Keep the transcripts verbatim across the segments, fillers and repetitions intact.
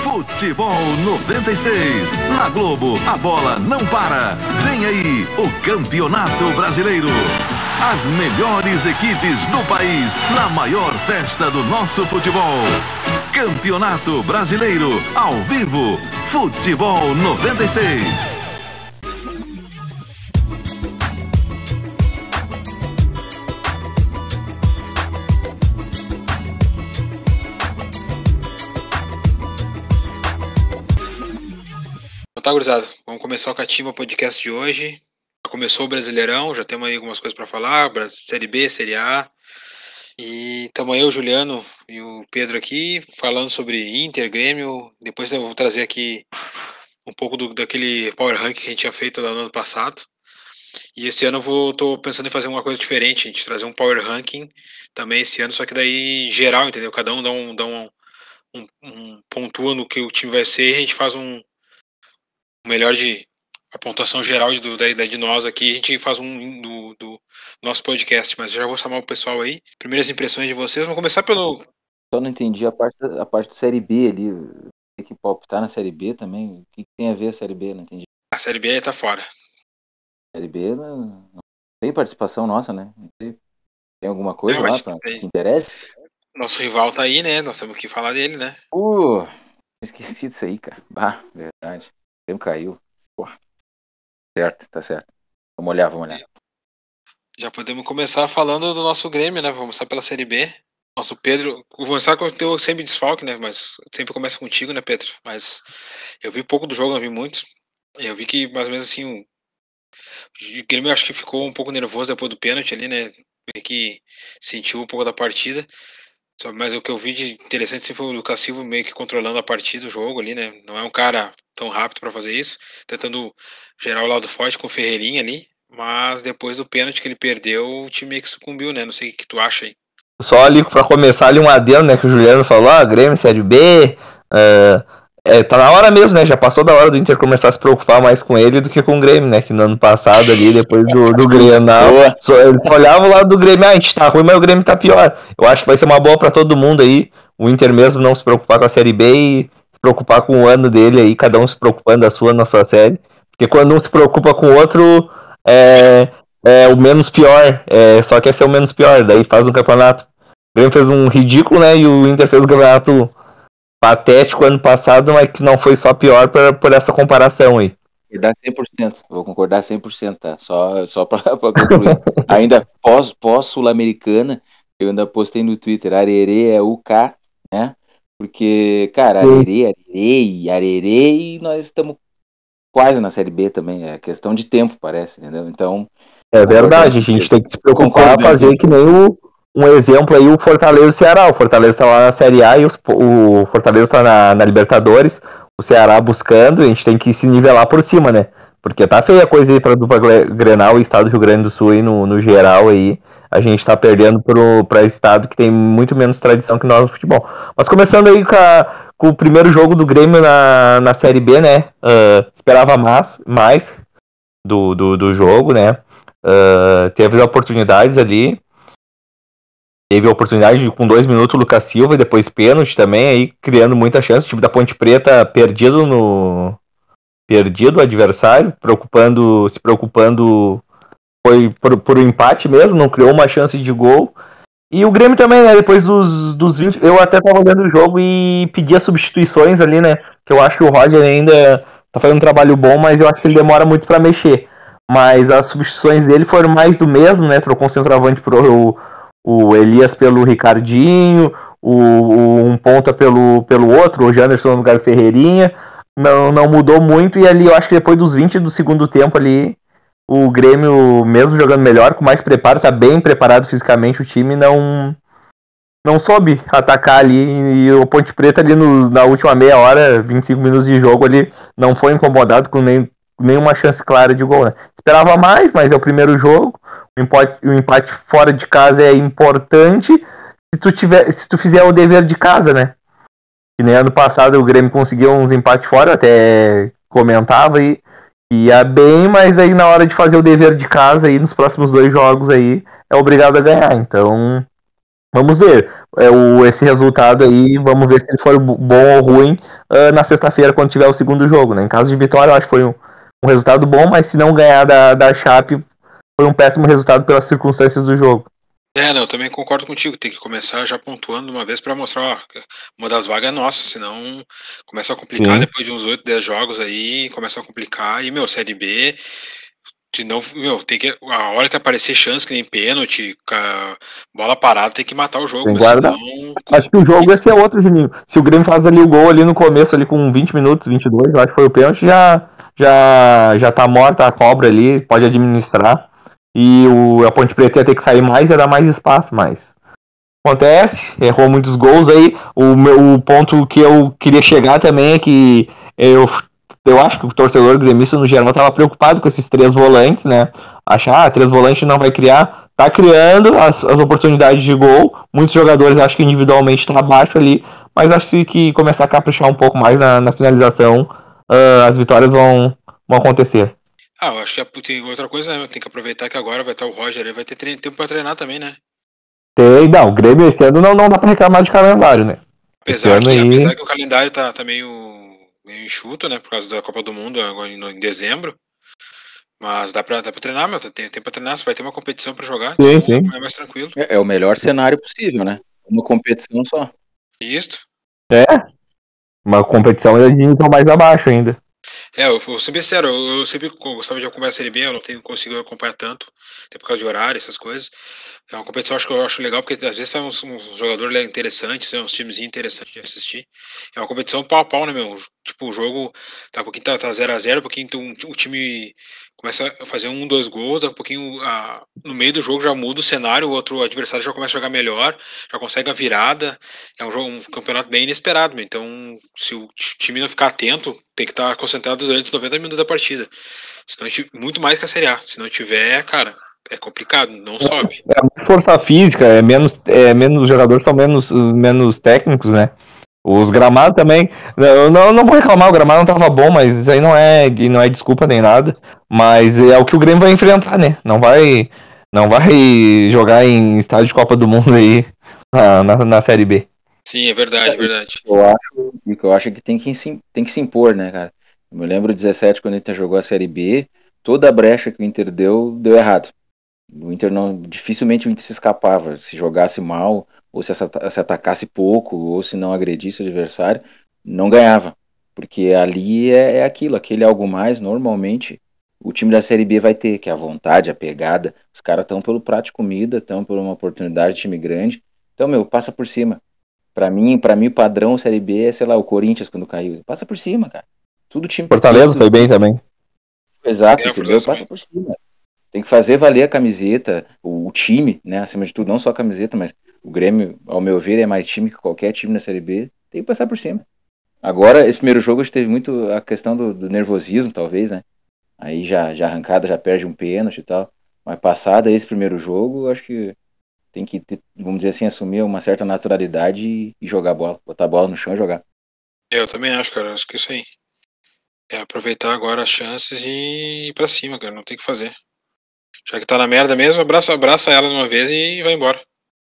Futebol noventa e seis. Na Globo, a bola não para. Vem aí o Campeonato Brasileiro. As melhores equipes do país na maior festa do nosso futebol. Campeonato Brasileiro, ao vivo. Futebol noventa e seis. Tá, gurizada, vamos começar o Catimba Podcast de hoje. Já começou o Brasileirão, já temos aí algumas coisas para falar, Série B, Série A. E estamos aí o Juliano e o Pedro aqui falando sobre Inter, Grêmio. Depois eu vou trazer aqui um pouco do, daquele Power Rank que a gente tinha feito lá no ano passado. E esse ano eu vou, tô pensando em fazer uma coisa diferente, a gente trazer um Power Ranking também esse ano, só que daí geral, entendeu? Cada um dá um, dá um, um, um pontua no que o time vai ser e a gente faz um o melhor de a pontuação geral do, da, de nós aqui, a gente faz um do, do nosso podcast, mas já vou chamar o pessoal aí. Primeiras impressões de vocês, vamos começar pelo... Só não entendi a parte, a parte da Série B ali, tem que palpitar na Série B também, o que, que tem a ver a Série B, não entendi. A Série B tá fora. Série B não, não tem participação nossa, né? Tem, tem alguma coisa não, lá pra que interesse? Nosso rival tá aí, né? Nós temos que falar dele, né? Uh, esqueci disso aí, cara. Bah, verdade. O tempo caiu. Porra. Certo, tá certo. Vamos olhar, vamos olhar. Já podemos começar falando do nosso Grêmio, né? Vamos começar pela Série B. Nosso Pedro, vou começar com o teu sempre desfalque, né? Mas sempre começa contigo, né, Pedro? Mas eu vi pouco do jogo, não vi muito. Eu vi que mais ou menos assim o, o Grêmio acho que ficou um pouco nervoso depois do pênalti ali, né? Que sentiu um pouco da partida. Mas o que eu vi de interessante foi o Lucas Silva meio que controlando a partida, o jogo ali, né? Não é um cara tão rápido para fazer isso, tentando gerar o lado forte com o Ferreirinha ali, mas depois do pênalti que ele perdeu, o time meio que sucumbiu, né? Não sei o que tu acha aí. Só ali para começar ali um adendo, né, que o Juliano falou, ah, Grêmio, Série B, uh, é, tá na hora mesmo, né? Já passou da hora do Inter começar a se preocupar mais com ele do que com o Grêmio, né? Que no ano passado ali, depois do, do Grenal, só, ele olhava o lado do Grêmio, ah, a gente tá ruim, mas o Grêmio tá pior. Eu acho que vai ser uma boa pra todo mundo aí, o Inter mesmo não se preocupar com a Série B e se preocupar com o ano dele aí, cada um se preocupando da sua, na sua série. Porque quando um se preocupa com o outro, é, é o menos pior, é, só quer ser o menos pior, daí faz um campeonato. O Grêmio fez um ridículo, né? E o Inter fez um campeonato patético ano passado, mas que não foi só pior por, por essa comparação aí. Vou concordar cem por cento, vou concordar cem por cento, tá? Só, só pra, pra concluir. Ainda pós, pós-Sul-Americana, eu ainda postei no Twitter, Arerê é U K, né? Porque, cara, Arerê, Arerê, Arerê, e nós estamos quase na Série B também, é questão de tempo, parece, entendeu? Então... É verdade, a gente tem que se preocupar a fazer que nem o... Um exemplo aí, o Fortaleza e o Ceará. O Fortaleza está lá na Série A e os, o Fortaleza está na, na Libertadores. O Ceará buscando, a gente tem que se nivelar por cima, né? Porque tá feia a coisa aí para a dupla Grenal e Estado do Rio Grande do Sul aí no, no geral aí. A gente tá perdendo para estado que tem muito menos tradição que nós no futebol. Mas começando aí com, a, com o primeiro jogo do Grêmio na, na Série B, né? Uh, esperava mais, mais do, do, do jogo, né? Uh, teve as oportunidades ali. Teve a oportunidade de, com dois minutos, o Lucas Silva e depois pênalti também, aí criando muita chance. O time da Ponte Preta perdido no. Perdido o adversário, preocupando, se preocupando. Foi por, por um empate mesmo, não criou uma chance de gol. E o Grêmio também, né? Depois dos, dos vinte. Eu até tava olhando o jogo e pedi as substituições ali, né? Que eu acho que o Roger ainda tá fazendo um trabalho bom, mas eu acho que ele demora muito pra mexer. Mas as substituições dele foram mais do mesmo, né? Trocou um centroavante pro. O Elias pelo Ricardinho, o, o, um ponta pelo, pelo outro, o Janderson no lugar do Ferreirinha. Não, não mudou muito, e ali eu acho que depois dos vinte do segundo tempo ali, o Grêmio, mesmo jogando melhor, com mais preparo, tá bem preparado fisicamente, o time não, não soube atacar ali, e o Ponte Preta ali no, na última meia hora, vinte e cinco minutos de jogo ali, não foi incomodado com nem, nenhuma chance clara de gol, né? Esperava mais, mas é o primeiro jogo. O empate, o empate fora de casa é importante se tu, tiver, se tu fizer o dever de casa, né? Que nem ano passado o Grêmio conseguiu uns empates fora, até comentava e ia bem, mas aí na hora de fazer o dever de casa aí nos próximos dois jogos aí é obrigado a ganhar. Então Vamos ver é, o, esse resultado aí, vamos ver se ele for bom ou ruim uh, na sexta-feira, quando tiver o segundo jogo, né? Em caso de vitória, eu acho que foi um, um resultado bom, mas se não ganhar da, da Chape, foi um péssimo resultado pelas circunstâncias do jogo. É, não, eu também concordo contigo, tem que começar já pontuando de uma vez para mostrar, ó, uma das vagas é nossa, senão começa a complicar. Sim. Depois de uns oito, dez jogos aí, começa a complicar, e, meu, Série B, de novo, meu, tem que, a hora que aparecer chance, que nem pênalti, bola parada, tem que matar o jogo, mas senão... Acho que o jogo esse é outro, Juninho. Se o Grêmio faz ali o gol ali no começo, ali com vinte minutos, vinte e dois, eu acho que foi o pênalti, já, já, já tá morta a cobra ali, pode administrar. E o, a Ponte Preta ia ter que sair mais, ia dar mais espaço, mas acontece, errou muitos gols aí. O, meu, o ponto que eu queria chegar também é que eu, eu acho que o torcedor gremista no geral estava preocupado com esses três volantes, né? Achar, ah, três volantes não vai criar. Tá criando as, as oportunidades de gol. Muitos jogadores acho que individualmente tá abaixo ali, mas acho que começar a caprichar um pouco mais na, na finalização, uh, as vitórias vão, vão acontecer. Ah, eu acho que tem outra coisa, né? Tem que aproveitar que agora vai estar o Roger, ele vai ter tempo para treinar também, né? Tem, não, o Grêmio esse ano não, não dá pra reclamar de calendário, né? Apesar que, aí... apesar que o calendário tá, tá meio, meio enxuto, né? Por causa da Copa do Mundo agora em, em dezembro. Mas dá pra, dá pra treinar, meu. Tem tempo pra treinar, você vai ter uma competição pra jogar, sim, então sim. é mais tranquilo. É, é o melhor cenário possível, né? Uma competição só. Isso. É. Uma competição de nível mais abaixo ainda. É, eu vou ser bem sincero, eu, eu sempre gostava de acompanhar a Série B, eu não tenho conseguido acompanhar tanto, até por causa de horário, essas coisas. É uma competição acho que eu acho legal, porque às vezes são uns, uns jogadores interessantes, são uns times interessantes de assistir. É uma competição pau a pau, né, meu? Tipo, o jogo tá um pouquinho tá, tá zero a zero, um pouquinho um, o time começa a fazer um, dois gols, daqui a pouquinho a, no meio do jogo já muda o cenário, o outro adversário já começa a jogar melhor, já consegue a virada. É um, jogo, um campeonato bem inesperado, meu. Então se o time não ficar atento, tem que estar concentrado durante os noventa minutos da partida. Senão, muito mais que a Série A. Se não tiver, cara, é complicado, não sobe. É, é força física, é menos, é menos, os jogadores são menos, menos técnicos, né? Os gramados também, eu não, não vou reclamar, o gramado não tava bom, mas isso aí não é, não é desculpa nem nada, mas é o que o Grêmio vai enfrentar, né? Não vai, não vai jogar em estádio de Copa do Mundo aí na, na, na Série B. Sim, é verdade, é verdade. Eu acho, o que eu acho é que tem que, se, tem que se impor, né, cara? Eu me lembro dezessete, quando o Inter jogou a Série B, toda a brecha que o Inter deu, deu errado. O Inter não, dificilmente o Inter se escapava, se jogasse mal, ou se, se atacasse pouco, ou se não agredisse o adversário, não ganhava. Porque ali é, é aquilo, aquele algo mais, normalmente, o time da Série B vai ter, que é a vontade, a pegada. Os caras estão pelo prato de comida, estão por uma oportunidade de time grande. Então, meu, passa por cima. Pra mim, pra mim, o padrão Série B é, sei lá, o Corinthians quando caiu. Passa por cima, cara. Tudo time Fortaleza pequeno, foi bem também. Exato, é, entendeu? Passa por cima. Tem que fazer valer a camiseta, o, o time, né? Acima de tudo, não só a camiseta, mas o Grêmio, ao meu ver, é mais time que qualquer time na Série B. Tem que passar por cima. Agora, esse primeiro jogo, a gente teve muito a questão do, do nervosismo, talvez, né? Aí já, já arrancada, já perde um pênalti e tal. Mas passada esse primeiro jogo, acho que tem que, ter, vamos dizer assim, assumir uma certa naturalidade e, e jogar a bola. Botar a bola no chão e jogar. Eu também acho, cara. Acho que é isso aí. É aproveitar agora as chances e ir pra cima, cara. Não tem o que fazer. Já que tá na merda mesmo, abraça, abraça ela de uma vez e vai embora.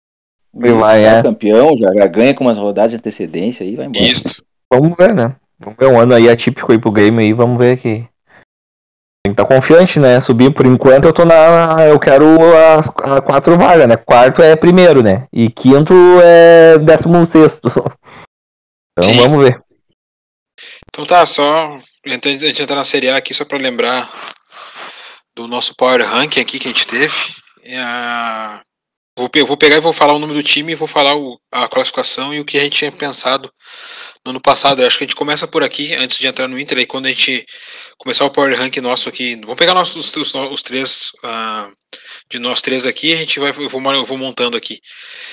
E vai, é campeão, já, já ganha com umas rodadas de antecedência e vai embora. Isso. Vamos ver, né? Vamos ver um ano aí atípico aí pro game aí, vamos ver aqui. Tem que estar confiante, né? Subir por enquanto eu tô na. Eu quero as, a quatro vagas, né? Quarto é primeiro, né? E quinto é décimo sexto. Então Sim. Vamos ver. Então tá, só antes de a gente entrar na Série A aqui, só pra lembrar do nosso Power Ranking aqui que a gente teve. É a... Eu vou pegar e vou falar o nome do time e vou falar o, a classificação e o que a gente tinha pensado no ano passado. Eu acho que a gente começa por aqui, antes de entrar no Inter, aí quando a gente começar o Power Rank nosso aqui, vamos pegar nossos, os, os três, uh, de nós três aqui, a gente vai, eu vou, eu vou montando aqui.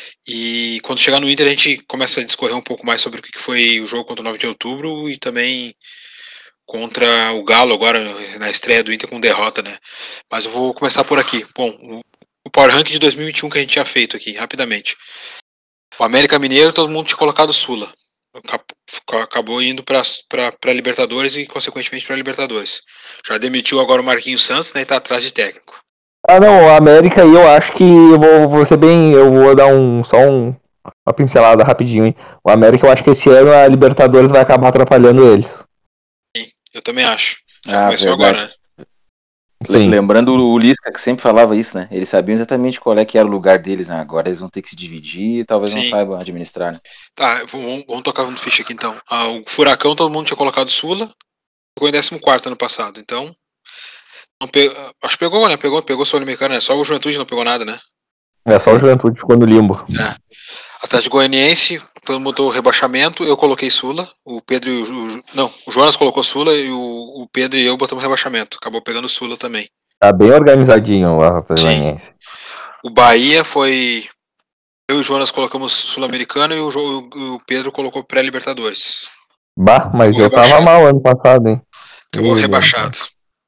E quando chegar no Inter, a gente começa a discorrer um pouco mais sobre o que foi o jogo contra o nove de outubro e também contra o Galo agora, na estreia do Inter com derrota, né? Mas eu vou começar por aqui. Bom, o Power Rank de dois mil e vinte e um que a gente tinha feito aqui, rapidamente. O América Mineiro, todo mundo tinha colocado Sula. Acabou indo para Libertadores e, consequentemente, para Libertadores. Já demitiu agora o Marquinhos Santos, né, e está atrás de técnico. Ah, não, o América aí eu acho que eu vou, vou ser bem. Eu vou dar um só um, uma pincelada rapidinho, hein? O América eu acho que esse ano a Libertadores vai acabar atrapalhando eles. Sim, eu também acho. Já Ah, começou verdade. agora, né? Le- Sim. Lembrando o Lisca que sempre falava isso, né? Eles sabiam exatamente qual é que era o lugar deles, né? Agora eles vão ter que se dividir e talvez não Sim. saibam administrar, né? Tá, vamos, vamos tocar no ficha aqui então. Ah, o Furacão todo mundo tinha colocado Sula, ficou em décimo quarto ano passado, então. Não pe... Acho que pegou, né? Pegou, pegou Sul-Americana, né? Só o Juventude não pegou nada, né? É só o Juventude ficou no limbo. É. Atlético Goianiense, todo mundo botou rebaixamento, eu coloquei Sula, o Pedro e o. Ju- Não, o Jonas colocou Sula e o, o Pedro e eu botamos rebaixamento. Acabou pegando Sula também. Tá bem organizadinho o Atlético Sim. Goianiense. O Bahia foi. Eu e o Jonas colocamos Sul-Americano e o, Jo- o Pedro colocou pré-Libertadores. Bah, mas Acabou eu tava rebaixado. mal ano passado, hein? Acabou Ih, rebaixado.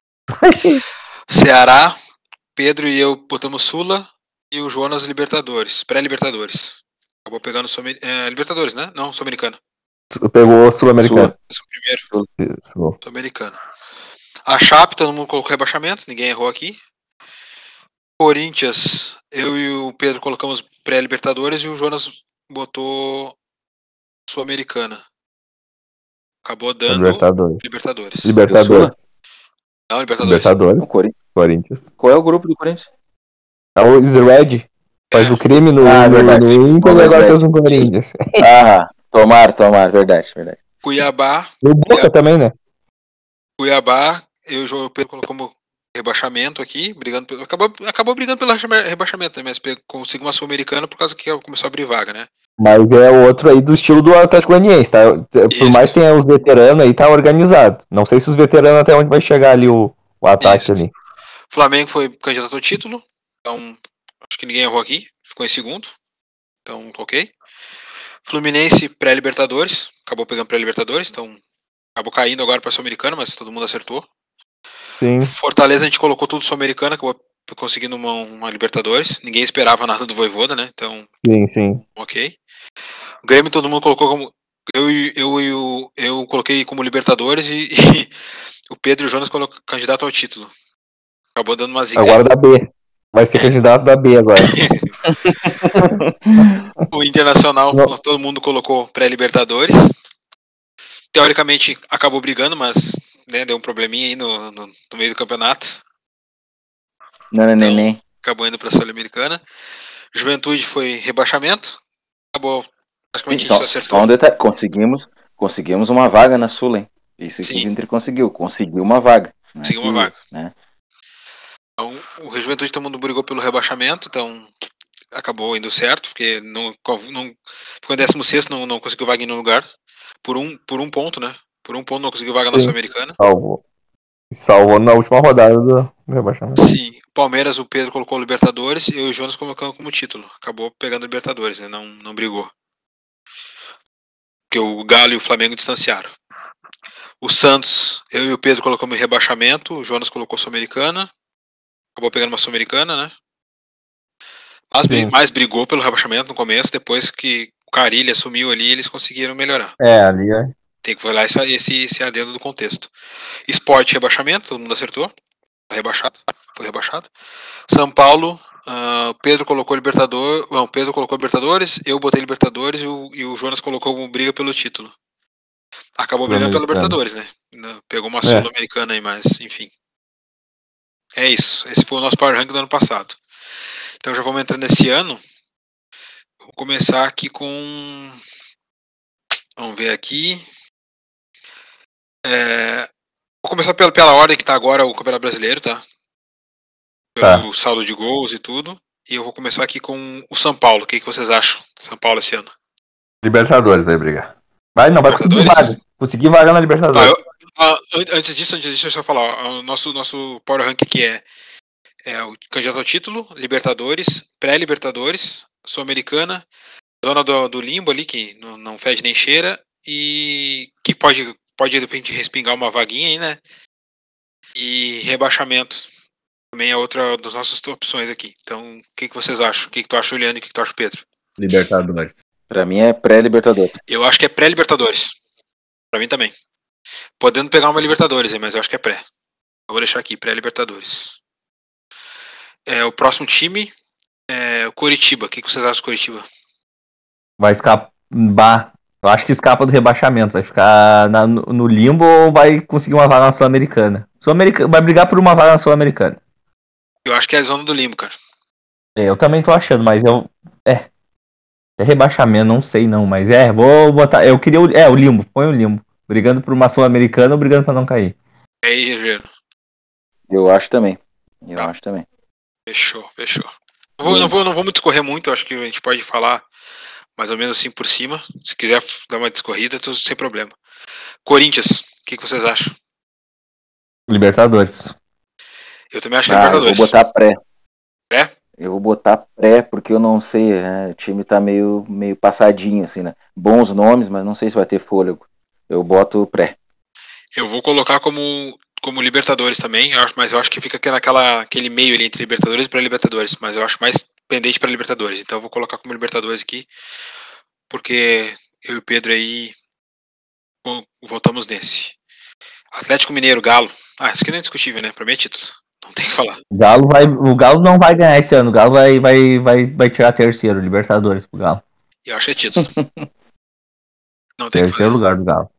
Ceará, Pedro e eu botamos Sula e o Jonas Libertadores, pré-Libertadores. Acabou pegando Sul é, Libertadores, né? Não, Sul-Americano. Pegou o Sul-Americano. Esse é o primeiro, Sul. Sul-Americano. A Chape, todo mundo colocou rebaixamento, ninguém errou aqui. Corinthians, eu e o Pedro colocamos pré-Libertadores e o Jonas botou Sul-Americana. Acabou dando Libertadores. Libertadores. Libertadores. Não, Libertadores. Libertadores. O Corinthians. Corinthians. Qual é o grupo do Corinthians? É o Red. Faz É. o crime no, Ah, no, verdade. no Inter e Always agora Red. fez no Corinthians. Ah, tomara, tomara, verdade, verdade. Cuiabá, No Boca também, né? Cuiabá, eu e o Pedro colocamos rebaixamento aqui, brigando pelo, acabou, acabou brigando pelo rebaixamento, né? Mas pe- conseguiu uma Sul-Americana por causa que começou a abrir vaga, né? Mas é outro aí do estilo do Atlético Goianiense, tá? Por Isso. mais que tenha os veteranos aí, tá organizado. Não sei se os veteranos até onde vai chegar ali o, o ataque Isso. ali. Flamengo foi candidato ao título, então acho que ninguém errou aqui, ficou em segundo, então ok. Fluminense pré-Libertadores, acabou pegando pré-Libertadores, então acabou caindo agora para Sul-Americana, mas todo mundo acertou. Sim. Fortaleza a gente colocou tudo Sul-Americana, acabou conseguindo uma, uma Libertadores, ninguém esperava nada do Vojvoda, né? Então, Sim, sim. ok. O Grêmio todo mundo colocou como. Eu e eu, eu, eu coloquei como Libertadores e, e o Pedro e o Jonas colocou candidato ao título. Acabou dando uma zica. Agora da B. Vai ser candidato da B agora. O Internacional, Não. todo mundo colocou pré-Libertadores. Teoricamente acabou brigando, mas né, deu um probleminha aí no, no, no meio do campeonato. Não, não, Então, nem. acabou indo para a Sul-Americana. Juventude foi rebaixamento. Acabou. Praticamente a gente Só, acertou. só um detalhe, conseguimos, conseguimos uma vaga na Sula, hein? Isso que Sim. o Inter conseguiu, conseguiu uma vaga. Não é Conseguiu uma que, vaga. né? Então, o Juventude todo mundo brigou pelo rebaixamento, então acabou indo certo, porque não, não ficou em décimo sexto, não, não conseguiu vaga em nenhum lugar. Por um, por um ponto, né? Por um ponto não conseguiu vaga na Sim. Sul-Americana. Salvou. Salvou na última rodada do rebaixamento. Sim, Palmeiras, o Pedro colocou o Libertadores e eu e o Jonas colocando como título. Acabou pegando o Libertadores, né? Não, não brigou. Porque o Galo e o Flamengo distanciaram. O Santos, eu e o Pedro colocamos em rebaixamento, o Jonas colocou Sul-Americana. Acabou pegando uma Sul-Americana, né? Mas Sim. mais brigou pelo rebaixamento no começo, depois que o Carille assumiu ali, eles conseguiram melhorar. É, ali é. Tem que olhar esse, esse, esse adendo do contexto. Esporte rebaixamento, todo mundo acertou. Rebaixado, foi rebaixado. São Paulo, uh, Pedro colocou Libertadores. Não, Pedro colocou Libertadores, eu botei Libertadores e o, e o Jonas colocou como briga pelo título. Acabou brigando pela Libertadores, né? Pegou uma Sul-Americana aí, mas enfim. É isso. Esse foi o nosso Power Rank do ano passado. Então já vamos entrar nesse ano. Vou começar aqui com. Vamos ver aqui. É... Vou começar pela, pela ordem que está agora o Campeonato Brasileiro, tá? Pelo tá. saldo de gols e tudo. E eu vou começar aqui com o São Paulo. O que, que vocês acham? São Paulo esse ano. Libertadores vai brigar. Vai, não, vai conseguir vaga. Conseguir vaga na Libertadores. Tá, eu, ah, antes disso, antes disso, deixa eu só falar. Ó, o nosso, nosso Power Rank aqui é, é o candidato ao título, Libertadores, pré-Libertadores, Sul-Americana, zona do, do limbo ali, que não, não fede nem cheira, e que pode, pode de repente respingar uma vaguinha aí, né? E rebaixamento. Também é outra das nossas opções aqui. Então, o que, que vocês acham? O que, que tu acha, Juliano, e o que, que tu acha, Pedro? Libertadores. Pra mim é pré-Libertadores. Eu acho que é pré-Libertadores. Pra mim também. Podendo pegar uma Libertadores aí, mas eu acho que é pré. Eu vou deixar aqui, pré-Libertadores. É, o próximo time é o Coritiba. O que, que vocês acham do Coritiba? Vai escapar. Eu acho que escapa do rebaixamento. Vai ficar na- no, no limbo ou vai conseguir uma vaga na Sul-Americana. Sul-Americana. Vai brigar por uma vaga na Sul-Americana. Eu acho que é a zona do limbo, cara. É, eu também tô achando, mas eu. É. É rebaixamento, não sei não, mas é, vou botar. Eu queria o. É, o limbo, põe o limbo. Brigando por uma Sul-Americana ou brigando pra não cair. E aí, Gergeiro? Eu acho também. Eu Tá. acho também. Fechou, fechou. Não vou, não, vou, não vou muito discorrer muito, acho que a gente pode falar mais ou menos assim por cima. Se quiser dar uma discorrida, tô sem problema. Corinthians, o que, que vocês acham? Libertadores. Eu também acho que é Ah, eu Libertadores. vou botar pré. Pré? Eu vou botar pré porque eu não sei, né? O time tá meio, meio passadinho, assim, né? Bons nomes, mas não sei se vai ter fôlego. Eu boto pré. Eu vou colocar como, como Libertadores também, eu acho- mas eu acho que fica naquela, aquele meio ali entre Libertadores e pré-Libertadores, mas eu acho mais pendente para Libertadores, então eu vou colocar como Libertadores aqui, porque eu e o Pedro aí bom, votamos nesse. Atlético Mineiro, Galo. Ah, isso aqui não é discutível, né? Pra mim é título. Não tem o que falar. O Galo, vai, o Galo não vai ganhar esse ano. O Galo vai, vai, vai, vai tirar terceiro, Libertadores pro Galo. Eu acho que é título. Não tem o que Terceiro fazer. lugar do Galo.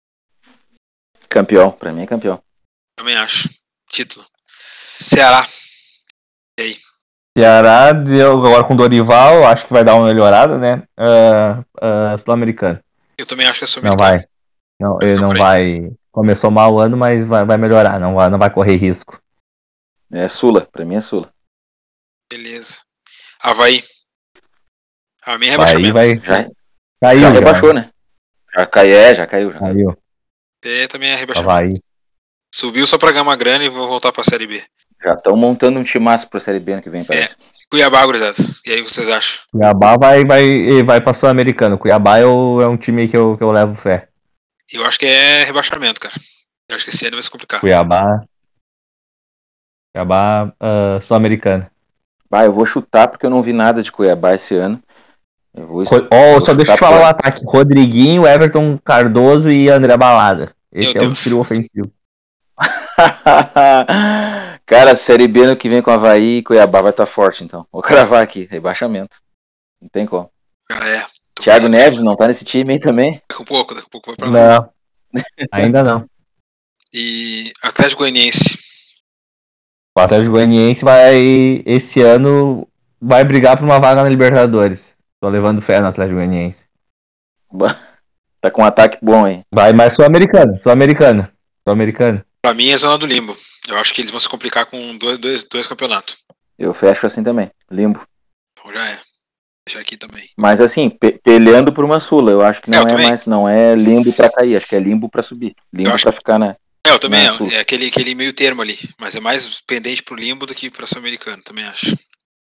Campeão, pra mim é campeão. Também acho. Título. Ceará. E aí? Ceará, deu, agora com o Dorival, acho que vai dar uma melhorada, né? Uh, uh, Sul-Americano. Eu também acho que é Não Sul-Americano. vai. Não, Vai ele ficar não por aí. vai. Começou mal o ano, mas vai, vai melhorar. Não vai, não vai correr risco. É Sula, pra mim é Sula. Beleza. Havaí. A minha é Vai, rebaixamento. vai. Já, Caiu, já já. rebaixou, né? Já caiu, é, já caiu. Já. Caiu. É, também é rebaixamento. Havaí. Subiu só pra ganhar uma grana e vou voltar pra Série B. Já estão montando um timaço pra Série B ano que vem, parece. Cuiabá, gurizada. E aí, vocês acham? Cuiabá vai, vai, vai pra Sul-Americano. Cuiabá é, o- é um time que eu, que eu levo fé. Eu acho que é rebaixamento, cara. Eu acho que esse ano vai se complicar. Cuiabá. Cuiabá, uh, Sul-Americano. Ah, eu vou chutar porque eu não vi nada de Cuiabá esse ano. Eu vou, Ro- eu Ó, vou só deixa eu chutar te falar o pro- ataque. Rodriguinho, Everton Cardoso e André Balada. Esse Meu é um Deus. trio ofensivo. Cara, Série B ano que vem com Havaí e Cuiabá vai estar forte, então. Vou cravar aqui, rebaixamento. Não tem como. Ah, é. Tô Thiago vendo. Neves não tá nesse time aí também? Daqui a pouco, daqui a pouco vai pra lá. Não. Ainda não. E Atlético Goianiense. O Atlético Goianiense vai, esse ano, vai brigar por uma vaga na Libertadores. Tô levando fé no Atlético Goianiense. Tá com um ataque bom, hein? Vai mais Sul-Americano, Sul-Americano, Sul-Americano. Pra mim é zona do limbo. Eu acho que eles vão se complicar com dois, dois, dois campeonatos. Eu fecho assim também. Limbo. Então já é. Deixa aqui também. Mas assim, pe- peleando por uma Sula. Eu acho que É, não eu é também. mais, não é limbo pra cair. Acho que é limbo pra subir. Limbo acho- pra ficar na. É, eu também. Na É, Sul. é aquele, aquele meio termo ali. Mas é mais pendente pro limbo do que pra Sul-Americano. Também acho.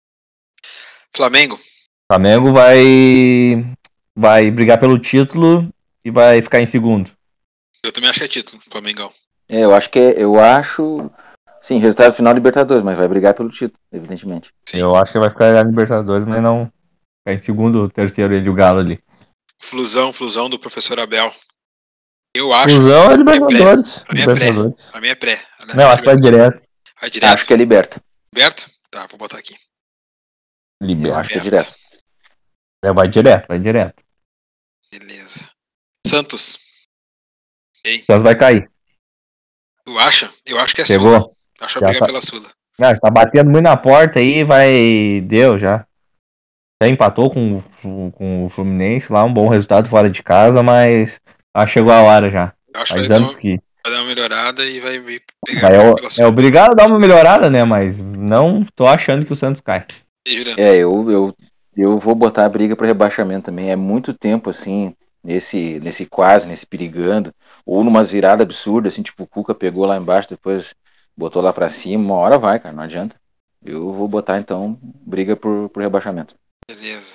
Flamengo. Flamengo vai, vai brigar pelo título e vai ficar em segundo. Eu também acho que é título. Flamengão. É, eu acho que é, eu acho. Sim, resultado final Libertadores, mas vai brigar pelo título, evidentemente. Sim. Eu acho que vai ficar na Libertadores, mas não ficar em segundo, terceiro ele e o Galo ali. Flusão, flusão do professor Abel. Eu acho. Fusão é Libertadores. Pra mim é pré. Libertadores. Pra mim é pré. né? Não, acho que vai direto. Vai direto. Acho que é liberta. Liberto? Tá, vou botar aqui. Eu Liberto. acho que é direto. É, vai direto, vai direto. Beleza. Santos. Santos vai cair. Tu acha? Eu acho que é Sula. Chegou. Acho a Já briga tá. pela Sula. Ah, tá batendo muito na porta aí, vai. Deu já. Já empatou com, com, com o Fluminense lá, um bom resultado fora de casa, mas acho que chegou a hora já. Eu acho que Faz vai dar, anos uma, que. vai dar uma melhorada e vai vir pegar Vai, a briga é, pela é Sula. obrigado a dar uma melhorada, né? Mas não tô achando que o Santos cai. E aí, Juliano? É, eu, eu, eu vou botar a briga pro rebaixamento também. É muito tempo assim, nesse, nesse quase, nesse perigando, ou numas viradas absurdas, assim, tipo o Cuca pegou lá embaixo, depois botou lá pra cima, uma hora vai, cara, não adianta. Eu vou botar então briga por, por rebaixamento. Beleza.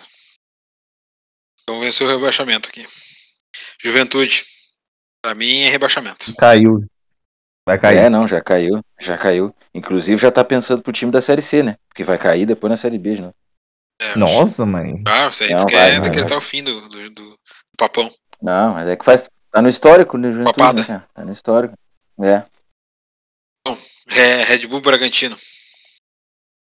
Então venceu o rebaixamento aqui. Juventude. Pra mim é rebaixamento. Caiu. Vai cair. É, não, já caiu, já caiu. Inclusive já tá pensando pro time da Série C, né? Porque vai cair depois na Série B, né? É, Nossa, mãe. Ah, você Não, diz que vai, é vai, decretar vai. o fim do, do, do, do papão. Não, mas é que faz. Tá no histórico, né, Juventude, Papada. né, cara? Tá no histórico. É. É, Red Bull Bragantino.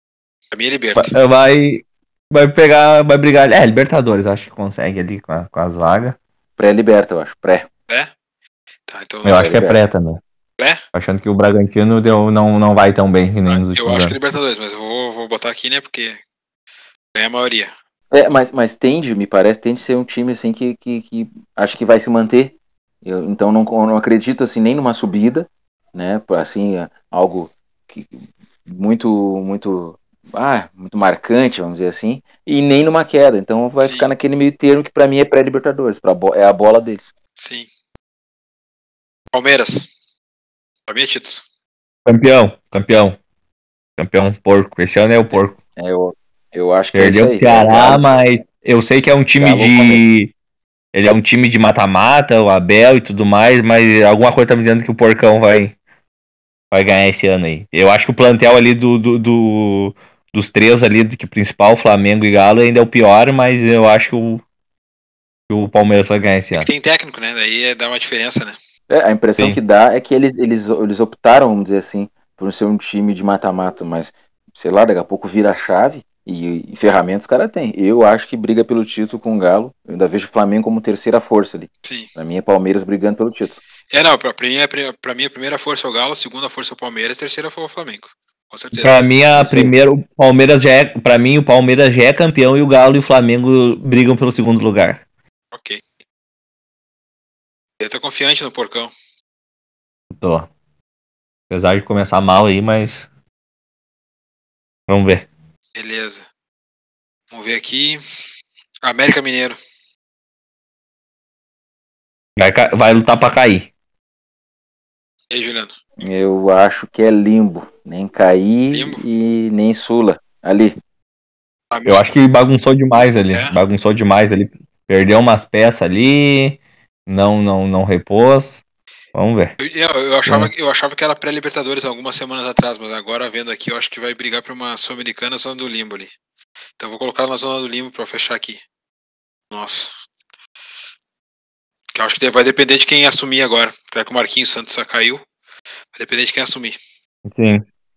Pra mim é Liberta. Vai, vai, vai pegar, vai brigar. É, Libertadores, acho que consegue ali com, a, com as vagas. Pré-liberta, eu acho. Pré. É? Tá, então Eu acho que é Liberta. pré também. Pré? Achando que o Bragantino deu, não, não vai tão bem que nem nos Eu últimos acho que é anos. Libertadores, mas eu vou, vou botar aqui, né? Porque ganha a maioria. É, mas, mas tende, me parece, tende a ser um time assim que, que, que acho que vai se manter. Eu, então não, não acredito assim nem numa subida, né? Assim, algo que, muito, muito, ah, muito marcante, vamos dizer assim, e nem numa queda. Então vai Sim. ficar naquele meio termo que pra mim é pré-Libertadores, pra bo- é a bola deles. Sim. Palmeiras. Pra mim é título. Campeão, campeão. Campeão porco. Esse ano é o porco. É, eu, eu acho que Perdeu é o isso aí. É Ceará, Galo, mas eu sei que é um time Galo ou Palmeiras. de. Ele é um time de mata-mata, o Abel e tudo mais, mas alguma coisa tá me dizendo que o Porcão vai, vai ganhar esse ano aí. Eu acho que o plantel ali do, do, do- dos três ali, que o principal, Flamengo e Galo, ainda é o pior, mas eu acho que o, que o Palmeiras vai ganhar esse É que ano. tem técnico, né? Daí é, dá uma diferença, né? É, a impressão Sim. que dá é que eles, eles, eles optaram, vamos dizer assim, por ser um time de mata-mata, mas, sei lá, daqui a pouco vira a chave e, e ferramentas os caras têm. Eu acho que briga pelo título com o Galo. Eu ainda vejo o Flamengo como terceira força ali. Sim. Pra mim é Palmeiras brigando pelo título. É, não, pra, pra, mim, é, pra mim a primeira força é o Galo, a segunda força é o Palmeiras, a terceira foi o Flamengo. Com certeza. Pra mim, a É isso aí. primeira, o Palmeiras já é, pra mim, o Palmeiras já é campeão e o Galo e o Flamengo brigam pelo segundo lugar. Ok. Eu tô confiante no Porcão. Tô. Apesar de começar mal aí, mas vamos ver. Beleza. Vamos ver aqui. América Mineiro. Vai, ca- vai lutar pra cair. E aí, Juliano? Eu acho que é limbo. Nem cair Limbo? e nem Sula. Ali. Pra mim, Eu acho que bagunçou demais ali. É? Bagunçou demais ali. Perdeu umas peças ali. Não, não, não repôs. Vamos ver. eu, eu, eu achava, Hum. eu achava que era pré-Libertadores algumas semanas atrás, mas agora vendo aqui, eu acho que vai brigar por uma Sul-Americana zona do limbo ali. Então eu vou colocar na zona do limbo pra fechar aqui. Nossa. Que eu acho que vai depender de quem assumir agora. Já que o Marquinhos Santos só caiu. Vai depender de quem assumir. Sim.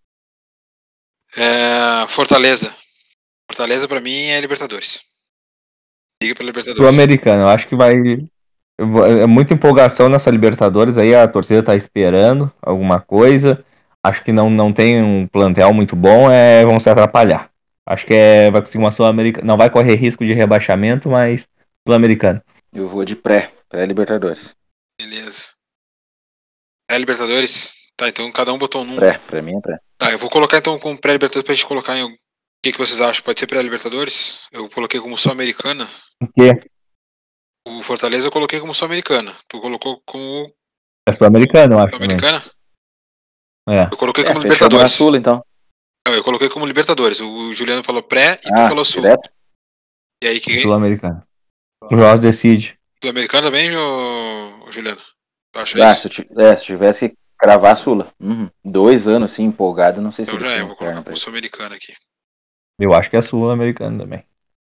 É, Fortaleza. Fortaleza pra mim é Libertadores. Liga pra Libertadores. Sul-Americano, eu acho que vai. eu vou- É muita empolgação nessa Libertadores aí. A torcida tá esperando alguma coisa. Acho que não, não tem um plantel muito bom. É, vão se atrapalhar. Acho que é, vai conseguir uma Sul-Americana. Não vai correr risco de rebaixamento, mas Sul-Americano. Eu vou de pré. Pré-Libertadores. Beleza. É Libertadores? Tá, então cada um botou um número. Pré. Pra mim é pré. Tá, eu vou colocar então como pré-Libertadores pra gente colocar em. O que, que vocês acham? Pode ser pré-Libertadores? Eu coloquei como Sul-Americana. O quê? O Fortaleza eu coloquei como Sul-Americana. Tu colocou como É Sul-Americano, eu acho também. Sul-Americana? É. Eu coloquei É, como fechamos na Libertadores. Sula, então. Não, eu coloquei como Libertadores. O Juliano falou pré e tu Ah, falou Sul. direto? E aí, que Sul-Americano. O Ross decide. Sul-Americano também, ô, ô, Juliano? Tu acha Ah, isso? se eu, ti- é, se tivesse que cravar a Sula. Uhum. Dois anos assim, empolgado, não sei se Então eles já é, eu têm vou colocar perna pra como isso. Sul-Americano aqui. Eu acho que é Sul-Americano também.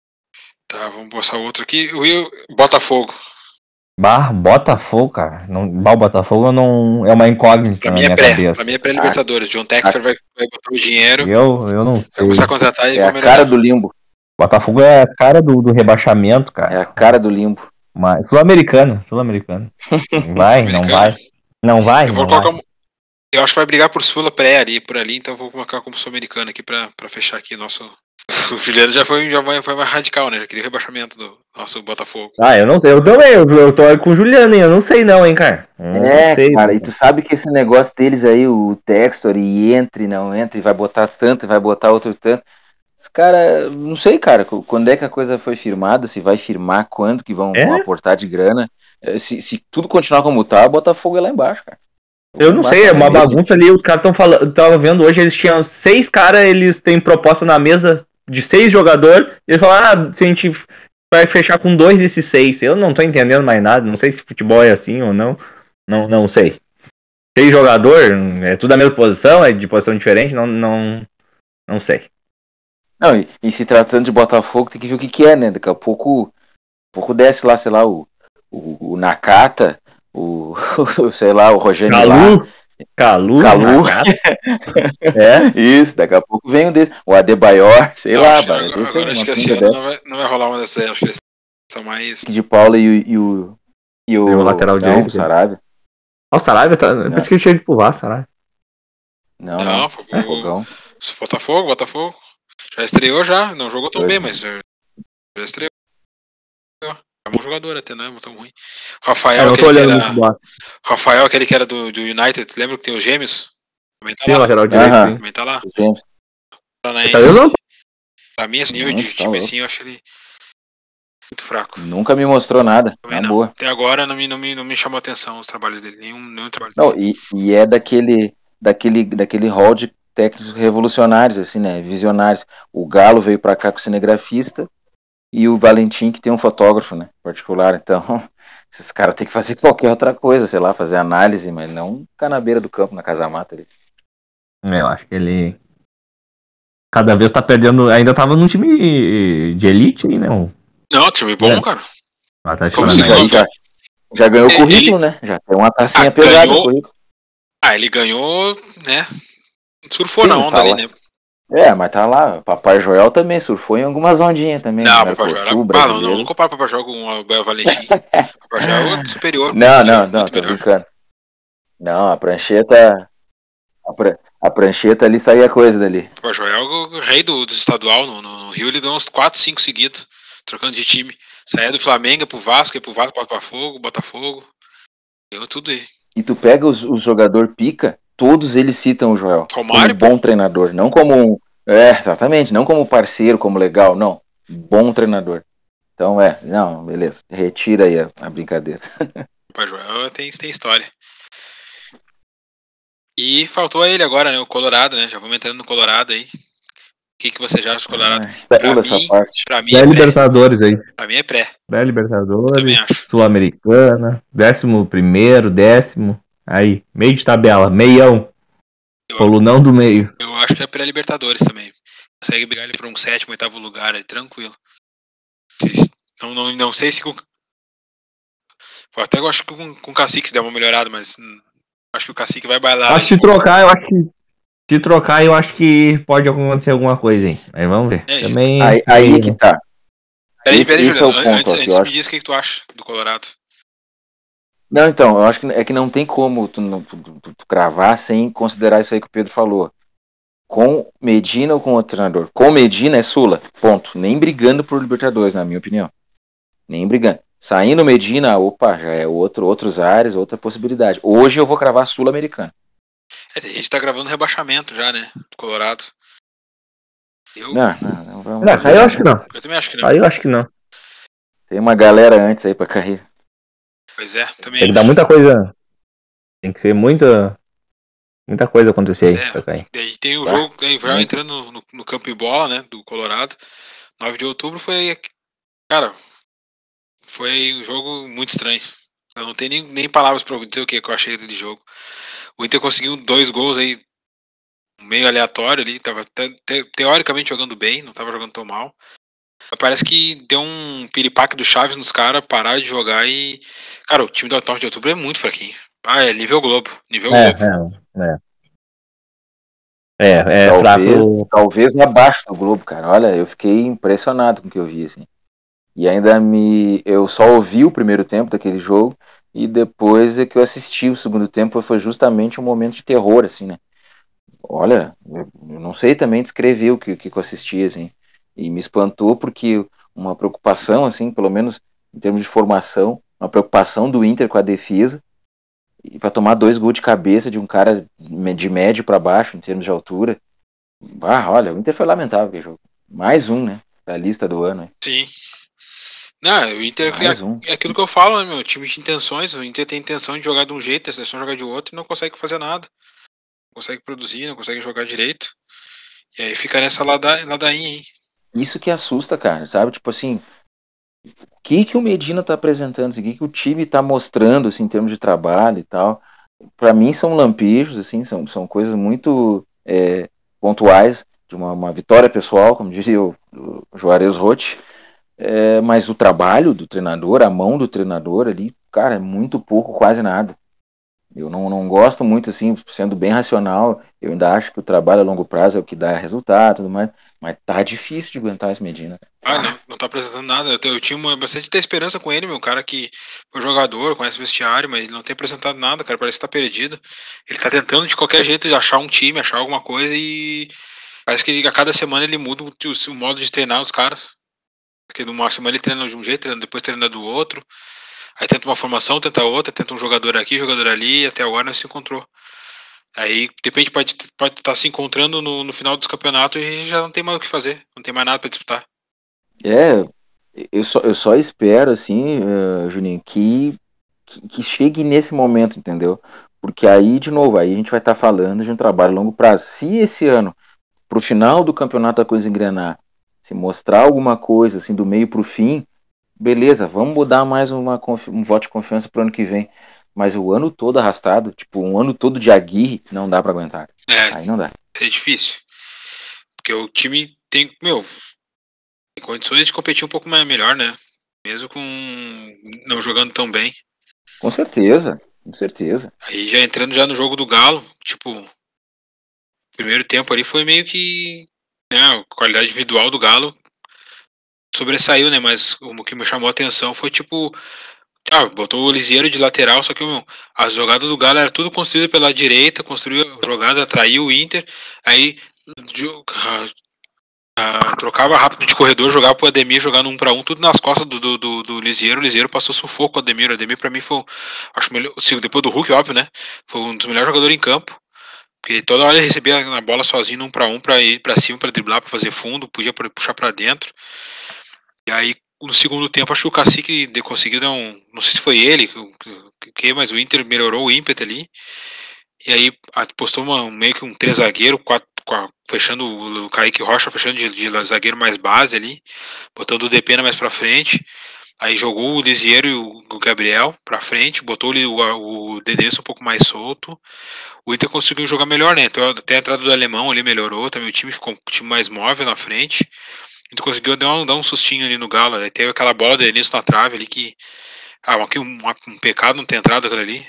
Tá, vamos passar outro aqui. O Will- Botafogo. Bah, Botafogo, cara. Não, bah, o Botafogo não é uma incógnita Pra na mim é minha pré. cabeça. Pra mim é pré-Libertadores. John Textor vai, vai botar o dinheiro, vai Eu, eu não sei. começar a contratar e É vai a melhorar. cara do limbo. Botafogo é a cara do, do rebaixamento, É cara. a cara do limbo. Mas Sul-Americano, Sul-Americano. Não vai, não Sul-Americano? vai. Não vai, Eu vou não colocar vai. como. Eu acho que vai brigar por Sula pré ali, por ali, então eu vou colocar como Sul-Americano aqui pra, pra fechar aqui nosso. O Juliano já foi, já foi mais radical, né? Já queria o rebaixamento do nosso Botafogo. Ah, eu não sei. Eu também, eu, eu tô com o Juliano, hein? Eu não sei não, hein, cara. Eu É, não sei. cara, e tu sabe que esse negócio deles aí, o Textor, e entre, não entra, e vai botar tanto, e vai botar outro tanto. Os caras, não sei, cara, qu- quando é que a coisa foi firmada, se vai firmar, quando que vão, É? vão aportar de grana. Eh, Se, se tudo continuar como tá, Botafogo é lá embaixo, cara. Eu não sei, é uma Mesmo. bagunça ali. Os caras estão falando. Tava vendo hoje, eles tinham seis caras, eles têm proposta na mesa de seis jogadores. E eles falaram, ah, se a gente vai fechar com dois desses seis. Eu não tô entendendo mais nada. Não sei se futebol é assim ou não. Não, não sei. Seis jogador, é tudo a mesma posição, é de posição diferente, não, não, não sei. Não, e, e se tratando de Botafogo, tem que ver o que, que é, né? Daqui a pouco, daqui a pouco desce lá, sei lá, o, o, o Nakata, o, sei lá, o Rogério lá, Calu, Calu, Calu. É? Isso, daqui a pouco vem um desse. O Adebayor, sei Não, lá, acho- vai. agora Esse é agora acho uma que esse pinga ano dessa. não vai, não vai rolar uma dessas aí. Acho que eles estão mais. De Paula e o. E o, e o, E o lateral não, direito, o Sarabia. Ah, o Sarabia tá. Eu pensei que ele tinha ido pro Vasco, Sarabia. Não, Não, não. foi É pro Fogão. Botafogo, Botafogo. Já estreou já. Não jogou tão Dois. bem, mas já já estreou. É um bom jogador até, não é tão ruim. Rafael, É, não tô aquele que olhando era. muito bola. Rafael, aquele que era do, do United, lembra que tem os gêmeos? Também tá Sim, o lá. lateral direito, Aham. sim. Também tá lá. Gente, Paranaense. Tá vendo? Pra mim, esse nível Não, de tá time louco. assim, eu acho ele muito fraco. nunca me mostrou nada. Também Na não. boa. Até agora não me, não, me, não me chamou atenção os trabalhos dele. Nenhum, nenhum trabalho Não, dele. e, e é daquele, daquele, daquele hall de técnicos revolucionários, assim, né? Visionários. O Galo veio pra cá com o cinegrafista e o Valentim que tem um fotógrafo, né? Particular. Então, esses caras têm que fazer qualquer outra coisa, sei lá, fazer análise, mas não ficar na beira do campo, na casa-mata ali. Eu acho que ele. Cada vez tá perdendo. Ainda tava num time de elite aí, né? O Não, time bom, É. cara. o Atlético Como E se já, Paranaense. e já, já ganhou Ele- currículo, né? Já tem uma tacinha Ah, pesada ganhou- no currículo. Ah, ele ganhou, né? Surfou Sim, na onda tá ali, lá. né? É, mas tá lá. Papai Joel também surfou em algumas ondinhas também. Não, no Papai Joel era. Mercosul, Ah, não, não, brasileiro. não compara o Papai Joel com o Abel Valentim. Papai Joel é superior. Não, muito não, melhor, não, muito tô melhor. brincando. Não, a prancheta. A, pran- a prancheta ali saía coisa dali. Papai Joel é o rei do, do estadual. No, no, no Rio ele ganhou uns quatro, cinco seguidos, trocando de time. Saía do Flamengo pro Vasco, ia pro Vasco, pro Botafogo, Botafogo. Ganhou tudo aí. E tu pega os, os jogador pica, todos eles citam o Joel Romário, como bom treinador, não como um, é, exatamente, não como parceiro, como legal, não, bom treinador. Então é, não, beleza, retira aí a, a brincadeira. Papai Joel tem, tem história. E faltou ele agora, né? O Colorado, né? Já vamos entrando no Colorado aí. O que, que você já acha do Colorado? Ai, Pra pula essa mim, parte. pra mim Pré é pré. Libertadores aí. Pra mim é pré. Pré Também Libertadores, acho. Sul-Americana, décimo primeiro, décimo. Aí, meio de tabela, meião. Eu, Colunão do meio. eu acho que é pré-Libertadores também. Consegue brigar ele por um sétimo, oitavo lugar, é tranquilo. Não, não, não sei se com. Eu até acho que com, com o Cacique se der uma melhorada, mas hum, acho que o Cacique vai bailar. Acho que se trocar, eu acho que. Se trocar, eu acho que pode acontecer alguma coisa, hein? Aí vamos ver. É, Também. Aí, aí que tá. Peraí, Esse, peraí, esse é o Juliano. ponto, Antes, ó, que antes eu me acho. diz o que, que tu acha do Colorado. Não, então, eu acho que é que não tem como tu, não- tu, tu- tu cravar sem considerar isso aí que o Pedro falou. Com Medina ou com outro treinador? Com Medina é Sula, ponto. Nem brigando por Libertadores, na minha opinião. Nem brigando. Saindo Medina, opa, já é outro, outros ares, outra possibilidade. Hoje eu vou cravar Sul-Americano. É, a gente tá gravando rebaixamento já, né? Do Colorado. Eu, Não, não, não vamos Não, fazer aí eu nada. acho que não. eu também acho que não. Aí eu acho que não. Tem uma galera antes aí pra cair. Pois é, também Tem que acho. dar muita coisa. Tem que ser muita. Muita coisa acontecer aí É, pra cair. daí tem o Vai, jogo, aí vai muito. entrando no, no, no campo e bola, né? Do Colorado. nove de outubro foi. Cara, foi um jogo muito estranho. Eu não tenho nem, nem palavras pra dizer o que, que eu achei dele jogo. O Inter conseguiu dois gols aí, meio aleatório ali. Tava te, te, teoricamente jogando bem, não tava jogando tão mal. Mas parece que deu um piripaque do Chaves nos caras, pararam de jogar e. Cara, o time do nove de outubro é muito fraquinho. Ah, é nível Globo. Nível É, Globo. é, é. É, é talvez, fraco. talvez abaixo do Globo, cara. Olha, eu fiquei impressionado com o que eu vi, assim. E ainda me. Eu só ouvi o primeiro tempo daquele jogo. E depois é que eu assisti o segundo tempo, foi justamente um momento de terror, assim, né? Olha, eu não sei também descrever o que, o que eu assisti, assim. E me espantou porque uma preocupação, assim, pelo menos em termos de formação, uma preocupação do Inter com a defesa, e para tomar dois gols de cabeça de um cara de médio para baixo, em termos de altura. Ah, olha, o Inter foi lamentável aquele jogo. Mais um, né? Da lista do ano. Hein? Sim. Não, o Inter Mais um. é, é aquilo que eu falo, né, meu? Time de intenções. O Inter tem intenção de jogar de um jeito, a seleção jogar de outro e não consegue fazer nada. Não consegue produzir, não consegue jogar direito. E aí fica nessa lada, ladainha, hein? Isso que assusta, cara, sabe? Tipo assim, o que que o Medina tá apresentando, assim, o que que o time tá mostrando, assim, em termos de trabalho e tal. Pra mim são lampejos, assim, são, são coisas muito é, pontuais, de uma, uma vitória pessoal, como diria o, o Juarez Rotti. É, mas o trabalho do treinador, a mão do treinador ali, cara, é muito pouco, quase nada. Eu não, não gosto muito, assim, sendo bem racional, eu ainda acho que o trabalho a longo prazo é o que dá resultado e tudo mais, mas tá difícil de aguentar esse Medina. Ah, não, não tá apresentando nada. Eu, te- eu tinha uma, bastante até esperança com ele, meu cara que foi jogador, conhece o vestiário, mas ele não tem apresentado nada, cara. Parece que tá perdido. Ele tá tentando de qualquer jeito de achar um time, achar alguma coisa e parece que ele- a cada semana ele muda o, o- o modo de treinar os caras. Porque numa semana ele treina de um jeito, treina- depois treina do outro. Aí tenta uma formação, tenta outra, tenta um jogador aqui, jogador ali, e até agora não se encontrou. Aí, de repente, pode pode estar se encontrando no, no final dos campeonatos e já não tem mais o que fazer, não tem mais nada pra disputar. É, eu só, eu só espero, assim, eh, Juninho, que, que, que chegue nesse momento, entendeu? Porque aí, de novo, aí a gente vai estar falando de um trabalho a longo prazo. Se esse ano, pro final do campeonato, a coisa engrenar, se mostrar alguma coisa, assim, do meio pro fim, beleza, vamos mudar mais uma, confi- um voto de confiança pro ano que vem. Mas o ano todo arrastado, tipo, um ano todo de Aguirre, não dá pra aguentar. É, Aí não dá. é difícil. Porque o time tem, meu, tem condições de competir um pouco mais melhor, né? Mesmo com não jogando tão bem. Com certeza, com certeza. Aí já entrando já no jogo do Galo, tipo, o primeiro tempo ali foi meio que, né, a qualidade individual do Galo sobressaiu, né? Mas o que me chamou a atenção foi tipo, ah, botou o Lisieiro de lateral, só que meu, as jogadas do Galo era tudo construída pela direita, construiu a jogada, atraiu o Inter, aí jo- ah, ah, trocava rápido de corredor, jogava pro Ademir, jogando um pra um, tudo nas costas do, do, do, do Lisieiro. O Lisieiro passou sufoco com o Ademir. O Ademir pra mim foi, acho melhor, sim, depois do Hulk, óbvio, né? Foi um dos melhores jogadores em campo. Porque toda hora ele recebia a bola sozinho, um pra um, pra ir pra cima, pra driblar, pra fazer fundo, podia puxar pra dentro. E aí, no segundo tempo, acho que o Cacique de- conseguiu dar um. Não sei se foi ele, que, que, mas o Inter melhorou o ímpeto ali. E aí postou uma, meio que um três zagueiro, quatro, quatro, fechando o Kaique Rocha, fechando de, de zagueiro mais base ali, botando o Depena mais pra frente. Aí jogou o Lisieiro e o, o Gabriel pra frente, botou o, o Denilson um pouco mais solto. O Inter conseguiu jogar melhor, né? Então, até a entrada do alemão ali melhorou, também o time ficou um time mais móvel na frente. Então conseguiu dar um, dar um sustinho ali no Galo. Aí teve aquela bola do Denilson na trave ali que. Ah, aqui um, um pecado não ter entrado aquilo ali.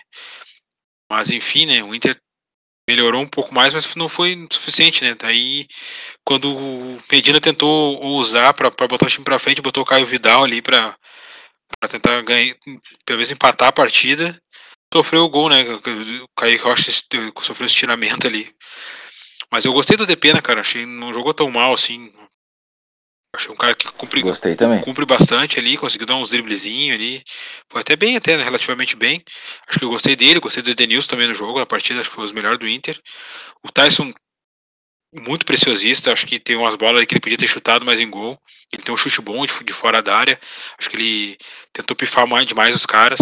Mas enfim, né? O Inter melhorou um pouco mais, mas não foi suficiente, né? Daí, quando o Medina tentou usar para botar o time para frente, botou o Caio Vidal ali para tentar ganhar, pelo menos empatar a partida, sofreu o gol, né? O Caio Rocha sofreu um estiramento ali. Mas eu gostei do Depena, cara. Achei não jogou tão mal assim. Achei um cara que cumpre, Gostei também. cumpre bastante ali, conseguiu dar uns driblezinhos ali. Foi até bem, até, né, relativamente bem. Acho que eu gostei dele, gostei do Edenilson também no jogo, na partida, acho que foi os melhores do Inter. O Tyson, muito preciosista, acho que tem umas bolas ali que ele podia ter chutado mais em gol. Ele tem um chute bom de, de fora da área. Acho que ele tentou pifar mais demais os caras.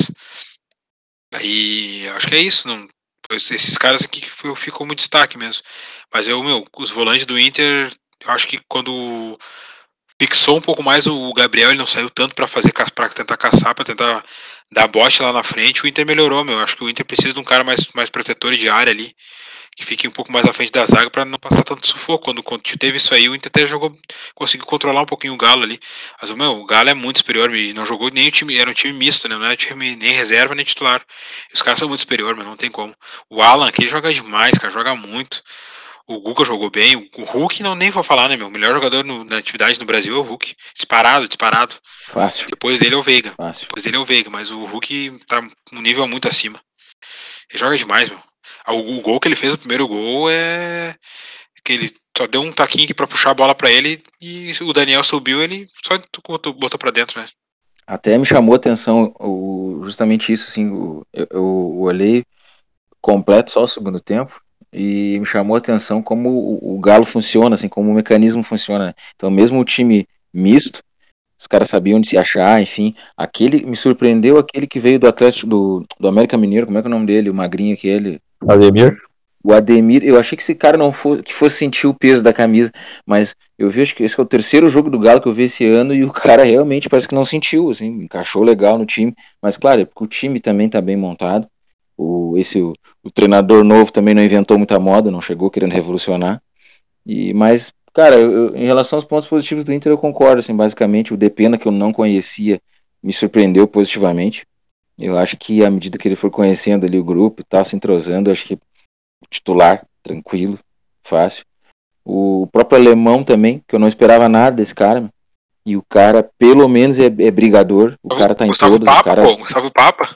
Aí, acho que é isso, não. Esses caras aqui que foi- ficou muito destaque mesmo. Mas eu, meu, os volantes do Inter, eu acho que quando fixou um pouco mais o Gabriel, ele não saiu tanto para fazer para tentar caçar, para tentar dar bote lá na frente. O Inter melhorou, meu. Acho que o Inter precisa de um cara mais, mais protetor de área ali, que fique um pouco mais à frente da zaga para não passar tanto sufoco. Quando, quando teve isso aí, o Inter até jogou, conseguiu controlar um pouquinho o Galo ali. Mas meu, o Galo é muito superior, e não jogou nem o time, era um time misto, né? Não era time nem reserva nem titular. E os caras são muito superiores, mas não tem como. O Alan aqui joga demais, cara, joga muito. O Guga jogou bem. O Hulk, não nem vou falar, né, meu? O melhor jogador no, na atividade no Brasil é o Hulk. Disparado, disparado. Fácil, Depois dele é o Veiga. fácil. Depois dele é o Veiga, mas o Hulk tá um nível muito acima. Ele joga demais, meu. Ah, O, o gol que ele fez, o primeiro gol, é que ele só deu um taquinho aqui pra puxar a bola pra ele e o Daniel subiu, ele só botou, botou pra dentro, né? Até me chamou a atenção o, justamente isso, assim, o, eu, eu olhei completo só o segundo tempo e me chamou a atenção como o, o Galo funciona, assim, como o mecanismo funciona. Né? Então, mesmo o time misto, os caras sabiam onde se achar, enfim. Aquele me surpreendeu aquele que veio do Atlético do, do América Mineiro, como é que é o nome dele? O magrinho aquele. Ademir? O Ademir, eu achei que esse cara não fosse, que fosse sentir o peso da camisa, mas eu vejo que esse é o terceiro jogo do Galo que eu vi esse ano e o cara realmente parece que não sentiu, assim, encaixou legal no time, mas claro, é porque o time também tá bem montado. O, esse, o, o treinador novo também não inventou muita moda, não chegou querendo revolucionar. E, mas, cara, eu, eu, em relação aos pontos positivos do Inter, eu concordo, assim, basicamente, o Depena, que eu não conhecia, me surpreendeu positivamente. Eu acho que à medida que ele for conhecendo ali o grupo e tal, se entrosando, eu acho que titular, tranquilo, fácil. O próprio Alemão também, que eu não esperava nada desse cara, meu. E o cara, pelo menos, é, é brigador. O cara tá em Gustavo todas. Papa, O cara... pô, Gustavo Papa.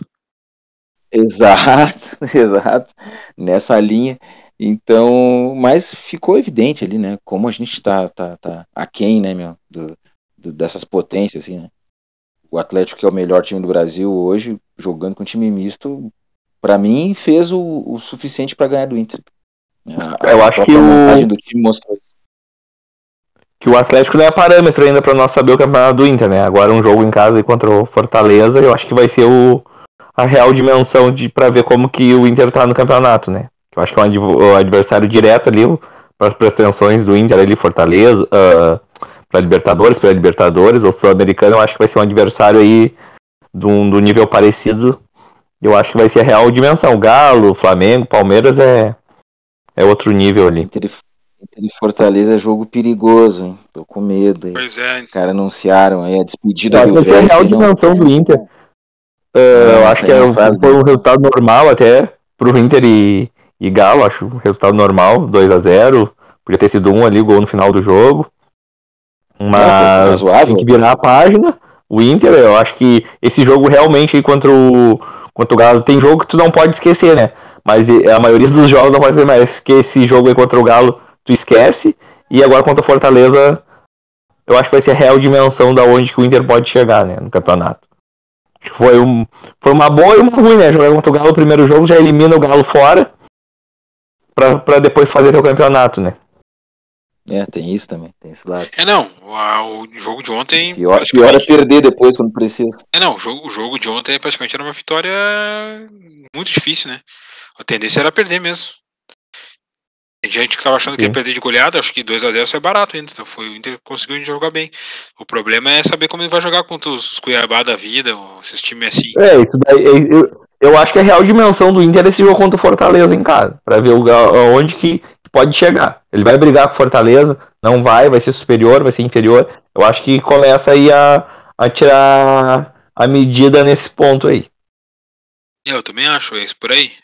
Exato, exato. Nessa linha. Então, mas ficou evidente ali, né? Como a gente tá, tá, tá aquém, né, meu? Do, do, dessas potências, assim, né? O Atlético, que é o melhor time do Brasil hoje, jogando com time misto, pra mim, fez o, o suficiente pra ganhar do Inter. A, Eu a acho que própria montagem o, do time mostrou isso. que o Atlético não é parâmetro ainda pra nós saber o campeonato do Inter, né? Agora um jogo em casa aí contra o Fortaleza, eu acho que vai ser o, a real dimensão de para ver como que o Inter tá no campeonato, né? Eu acho que é um o adversário direto ali para as pretensões do Inter ali, Fortaleza, uh, para Libertadores, para Libertadores, ou Sul-Americano, eu acho que vai ser um adversário aí do, do nível parecido. Eu acho que vai ser a real dimensão. Galo, Flamengo, Palmeiras é, é outro nível ali. Inter e, Inter e Fortaleza é jogo perigoso, hein? Tô com medo aí. Pois é. Os caras anunciaram aí a despedida Eu acho do que vai ser a velho. real Não, dimensão do Inter. Uh, não, eu mas acho isso que aí é, não faz foi bem. um resultado normal até pro Inter e, e Galo, acho um resultado normal, dois a zero. Podia ter sido um ali, gol no final do jogo. É, foi, foi Mas tem razoável. que virar a página. O Inter, eu acho que esse jogo realmente aí contra o, contra o Galo, tem jogo que tu não pode esquecer, né? Mas a maioria dos jogos não pode esquecer, mas que esse jogo aí contra o Galo tu esquece. E agora contra o Fortaleza, eu acho que vai ser a real dimensão da onde que o Inter pode chegar, né, no campeonato. Foi, um, foi uma boa e uma ruim, né? Jogar contra o Galo no primeiro jogo, já elimina o Galo fora pra, pra depois fazer seu campeonato, né? É, tem isso também, tem esse lado. É, não, o, o jogo de ontem Pior, pior é praticamente... perder depois quando precisa. É, não, o jogo, o jogo de ontem praticamente era uma vitória muito difícil, né? A tendência era perder mesmo. Tem gente que tava achando que ia Sim. perder de goleada, acho que dois a zero foi barato ainda. Então foi, o Inter conseguiu jogar bem. O problema é saber como ele vai jogar contra os Cuiabá da vida, ou esses times assim. É, isso daí, eu, eu acho que a real dimensão do Inter é esse jogo contra o Fortaleza em casa, pra ver o, onde que pode chegar. Ele vai brigar com o Fortaleza, não vai, vai ser superior, vai ser inferior. Eu acho que começa aí a, a tirar a medida nesse ponto aí. Eu também acho, é isso por aí.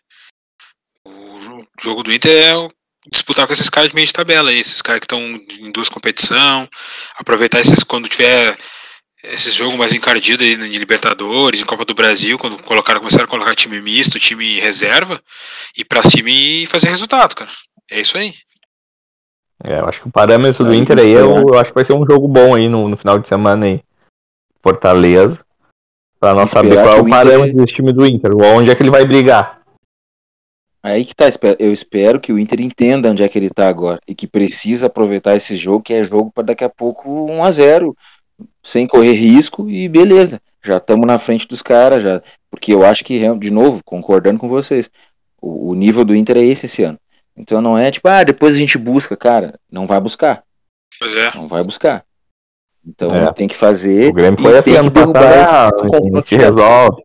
O jogo do Inter é disputar com esses caras de meio de tabela aí, esses caras que estão em duas competições, aproveitar esses quando tiver esses jogos mais encardidos aí em Libertadores, em Copa do Brasil, quando colocaram, começaram a colocar time misto, time reserva, ir pra cima e fazer resultado, cara. É isso aí. É, eu acho que o parâmetro do Aí, Inter aí, eu, esperar. eu acho que vai ser um jogo bom aí no, no final de semana aí. Fortaleza. Pra nós saber Esperar qual que é o o parâmetro Inter. desse time do Inter, onde é que ele vai brigar. Aí que tá, eu espero que o Inter entenda onde é que ele tá agora e que precisa aproveitar esse jogo, que é jogo para daqui a pouco um a zero, sem correr risco e beleza. Já estamos na frente dos caras, já, porque eu acho que, de novo, concordando com vocês, o, o nível do Inter é esse esse ano. Então não é tipo, ah, depois a gente busca, cara, não vai buscar. Pois é. Não vai buscar. Então É. tem que fazer O Grêmio e foi assim tem que ano derrubar passado, esses ah, a confrontos gente diretos. resolve.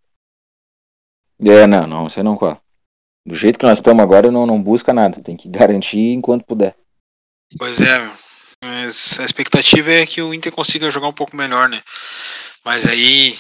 É, não, não, você não cola. Do jeito que nós estamos agora, não, não busca nada. Tem que garantir enquanto puder. Pois é, meu. Mas a expectativa é que o Inter consiga jogar um pouco melhor, né? Mas aí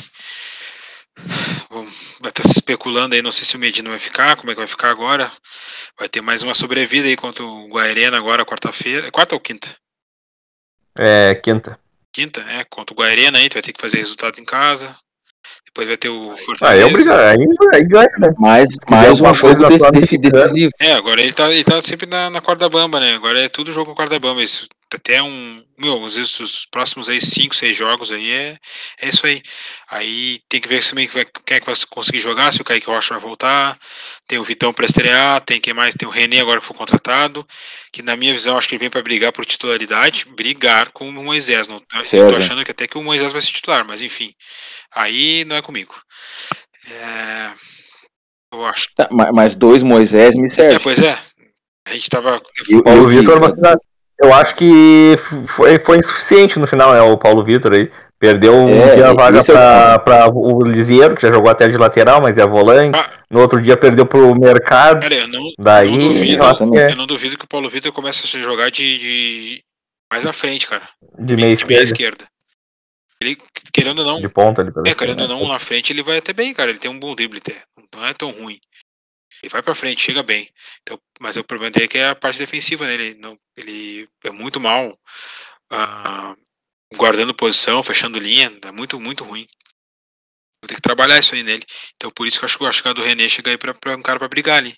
vai estar se especulando aí, não sei se o Medina vai ficar, como é que vai ficar agora. Vai ter mais uma sobrevida aí contra o Guairena agora, quarta-feira. É quarta ou quinta? É, quinta. Quinta, é, contra o Guairena aí, tu vai ter que fazer resultado em casa. Depois vai ter o Ah, é Fortaleza. obrigado. Aí, aí ganha, né? Mais, Se quiser mais um alguma coisa jogo na desse, desse- Sul-Americana, decisivo. É, agora ele tá, ele tá sempre na, na corda bamba, né? Agora é tudo jogo corda bamba. Isso, até um. Meu, às vezes os próximos aí, cinco, seis jogos aí é, é isso aí. Aí tem que ver também quem é que vai conseguir jogar, se o Kaique Rocha vai voltar. Tem o Vitão pra estrear, tem quem mais? Tem o René agora que foi contratado. Que na minha visão acho que ele vem pra brigar por titularidade, brigar com o Moisés. Não, eu tô Certo. achando que até que o Moisés vai ser titular, mas enfim. Aí não é comigo. É, eu acho. Tá, ma- mas dois Moisés me É, serve. pois é. A gente tava. E, E o Vitor, Vitor, eu acho que foi, foi insuficiente no final, né? O Paulo Vitor aí. Perdeu um É, dia a vaga esse é o pra, pra o Lisieiro, que já jogou até de lateral, mas é volante. Ah, No outro dia perdeu pro Mercado. cara, eu não, Daí, não duvido. eu acho que é Eu não duvido que o Paulo Vitor comece a jogar de, de mais à frente, cara. de meia De meia esquerda. esquerda. Ele, querendo ou não, De ponta ali pela é, querendo ou esquerda. não, na frente ele vai até bem, cara. Ele tem um bom drible até. Não é tão ruim. Ele vai pra frente, chega bem. Então, mas o problema dele é que é a parte defensiva, né? Ele, não, ele é muito mal ah, guardando posição, fechando linha. É muito, muito ruim. Vou ter que trabalhar isso aí nele. Então, por isso que eu acho, eu acho que a do René chega aí pra, pra um cara pra brigar ali.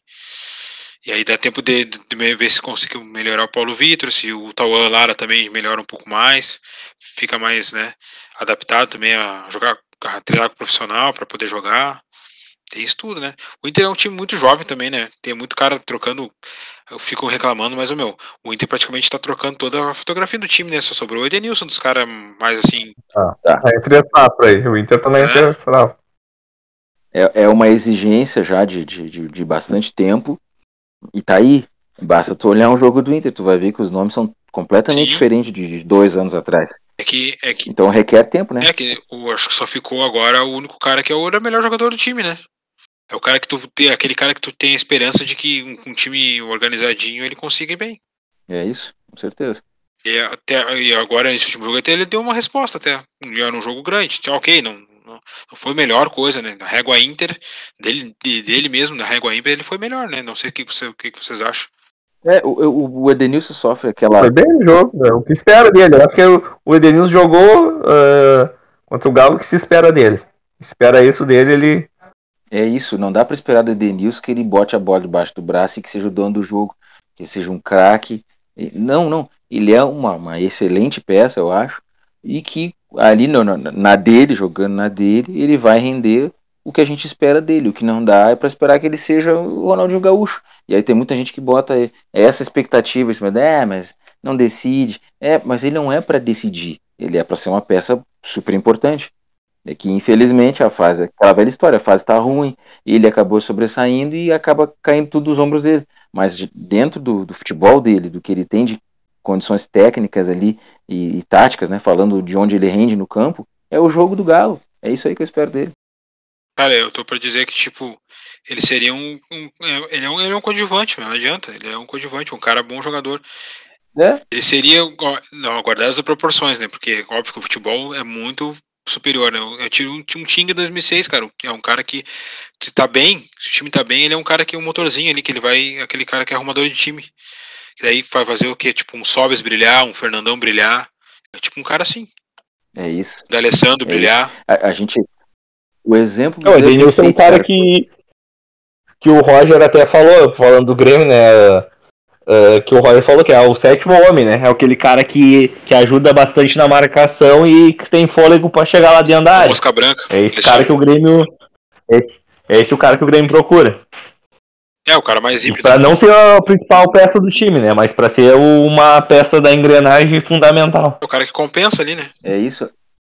E aí dá tempo de, de, de ver se conseguiu melhorar o Paulo Vitor, se o Tauan Lara também melhora um pouco mais, fica mais, né, adaptado também a jogar, a treinar com o profissional para poder jogar. Tem isso tudo, né? O Inter é um time muito jovem também, né? Tem muito cara trocando. Eu fico reclamando, mas o meu, o Inter praticamente tá trocando toda a fotografia do time, né? Só sobrou o Edenilson, dos caras mais assim. Ah, tá entre as safras aí. O Inter tá na É. entre as safras. É, é uma exigência já de, de, de, de bastante tempo. E tá aí. Basta tu olhar um jogo do Inter, tu vai ver que os nomes são completamente Sim. diferentes de, de dois anos atrás. É que, é que, Então requer tempo, né? é que eu acho que só ficou agora o único cara que é o melhor jogador do time, né? É o cara que tu tem, aquele cara que tu tem a esperança de que um, um time organizadinho ele consiga ir bem. É isso, com certeza. E, até, e agora nesse último jogo até ele deu uma resposta até. Era um jogo grande. Ok, não, não, não foi a melhor coisa, né? Na régua Inter, dele, de, dele mesmo, na régua Inter, ele foi melhor, né? Não sei o que, você, o que vocês acham. É, o, o Edenilson sofre aquela. Foi bem no jogo, né? O que espera dele. Eu acho que o, o Edenilson jogou uh, contra o Galo, o que se espera dele. Espera isso dele, ele. É isso, não dá pra esperar do Edenilson que ele bote a bola debaixo do braço e que seja o dono do jogo, que seja um craque. Não, não. Ele é uma, uma excelente peça, eu acho, e que ali no, na, na dele, jogando na dele, ele vai render o que a gente espera dele. O que não dá é pra esperar que ele seja o Ronaldinho Gaúcho. E aí tem muita gente que bota essa expectativa em cima de, é, mas não decide. É, mas ele não é pra decidir. Ele é pra ser uma peça super importante. É que infelizmente a fase, aquela velha história, a fase está ruim, ele acabou sobressaindo e acaba caindo tudo dos ombros dele. Mas de, dentro do, do futebol dele, do que ele tem de condições técnicas ali e, e táticas, né, falando de onde ele rende no campo, é o jogo do Galo. É isso aí que eu espero dele. Cara, eu tô pra dizer que, tipo, ele seria um. um ele, é um ele é um coadjuvante, não adianta. Ele é um coadjuvante, um cara bom jogador. É? Ele seria, não, guardadas as proporções, né? Porque, óbvio que o futebol é muito superior, né? Eu tive um, um Tinga em dois mil e seis, cara. É um cara que, se tá bem, se o time tá bem, ele é um cara que é um motorzinho ali, que ele vai. Aquele cara que é arrumador de time. E daí vai fazer o quê? Tipo, um Sobes brilhar, um Fernandão brilhar. É tipo um cara assim. É isso. Da Alessandro É brilhar. A, a gente. O exemplo Não, o Edenilson é um cara que. Que o Roger até falou, falando do Grêmio, né? Uh, que o Roger falou que é o sétimo homem, né? É aquele cara que, que ajuda bastante na marcação e que tem fôlego pra chegar lá dentro da área. Mosca branca. É esse cara que o Grêmio. É, é esse o cara que o Grêmio procura. É, o cara mais híbrido. Pra não ser a principal peça do time, né? Mas pra ser uma peça da engrenagem fundamental. É o cara que compensa ali, né? É isso.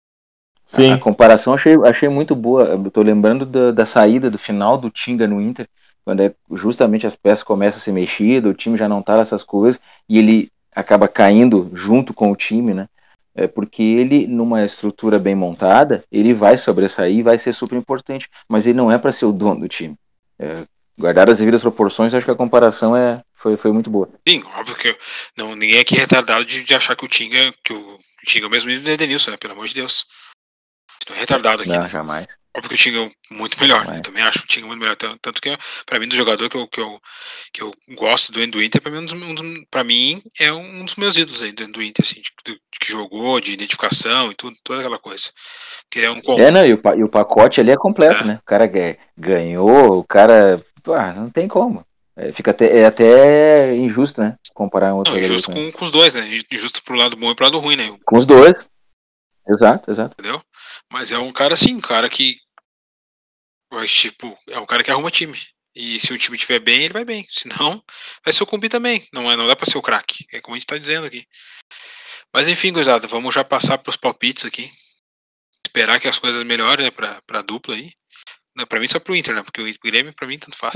Sim. A, a comparação achei, achei muito boa. Eu tô lembrando da, da saída do final do Tinga no Inter, quando é justamente as peças começam a ser mexidas, o time já não tá nessas coisas, e ele acaba caindo junto com o time, né? É porque ele, numa estrutura bem montada, ele vai sobressair e vai ser super importante, mas ele não é para ser o dono do time. É, guardar as devidas proporções, acho que a comparação é, foi, foi muito boa. Sim, óbvio que não, ninguém aqui é retardado de, de achar que o Tinga, que o, o Tinga é o mesmo nível do Edenilson, né? Pelo amor de Deus. Não é retardado aqui. Não, né? jamais. Óbvio que o Tinga é muito melhor, Jamais. eu também acho o Tinga muito melhor. Tanto que, pra mim, do jogador que eu, que eu, que eu gosto do, do Inter, pra mim, um dos, um dos, pra mim, é um dos meus ídolos aí do, do Inter, assim, de, de, que jogou, de identificação e tudo, toda aquela coisa. Que é um É, não, e o, e o pacote ali é completo, é. né? O cara ganhou, o cara. Ah, não tem como. É, fica até, é até injusto, né? Comparar um outro Não, injusto com, com os dois, né? Injusto pro lado bom e pro lado ruim, né? Com os dois. Exato, exato. Entendeu? Mas é um cara assim, um cara que. Tipo, é um cara que arruma time. E se o time estiver bem, ele vai bem. Senão, vai sucumbir também. Não, é, não dá pra ser o craque. É como a gente tá dizendo aqui. Mas enfim, gurizada, vamos já passar pros palpites aqui. Esperar que as coisas melhorem, né, pra, pra dupla aí. Não, pra mim só pro Inter, né? Porque o Grêmio, pra mim, tanto faz.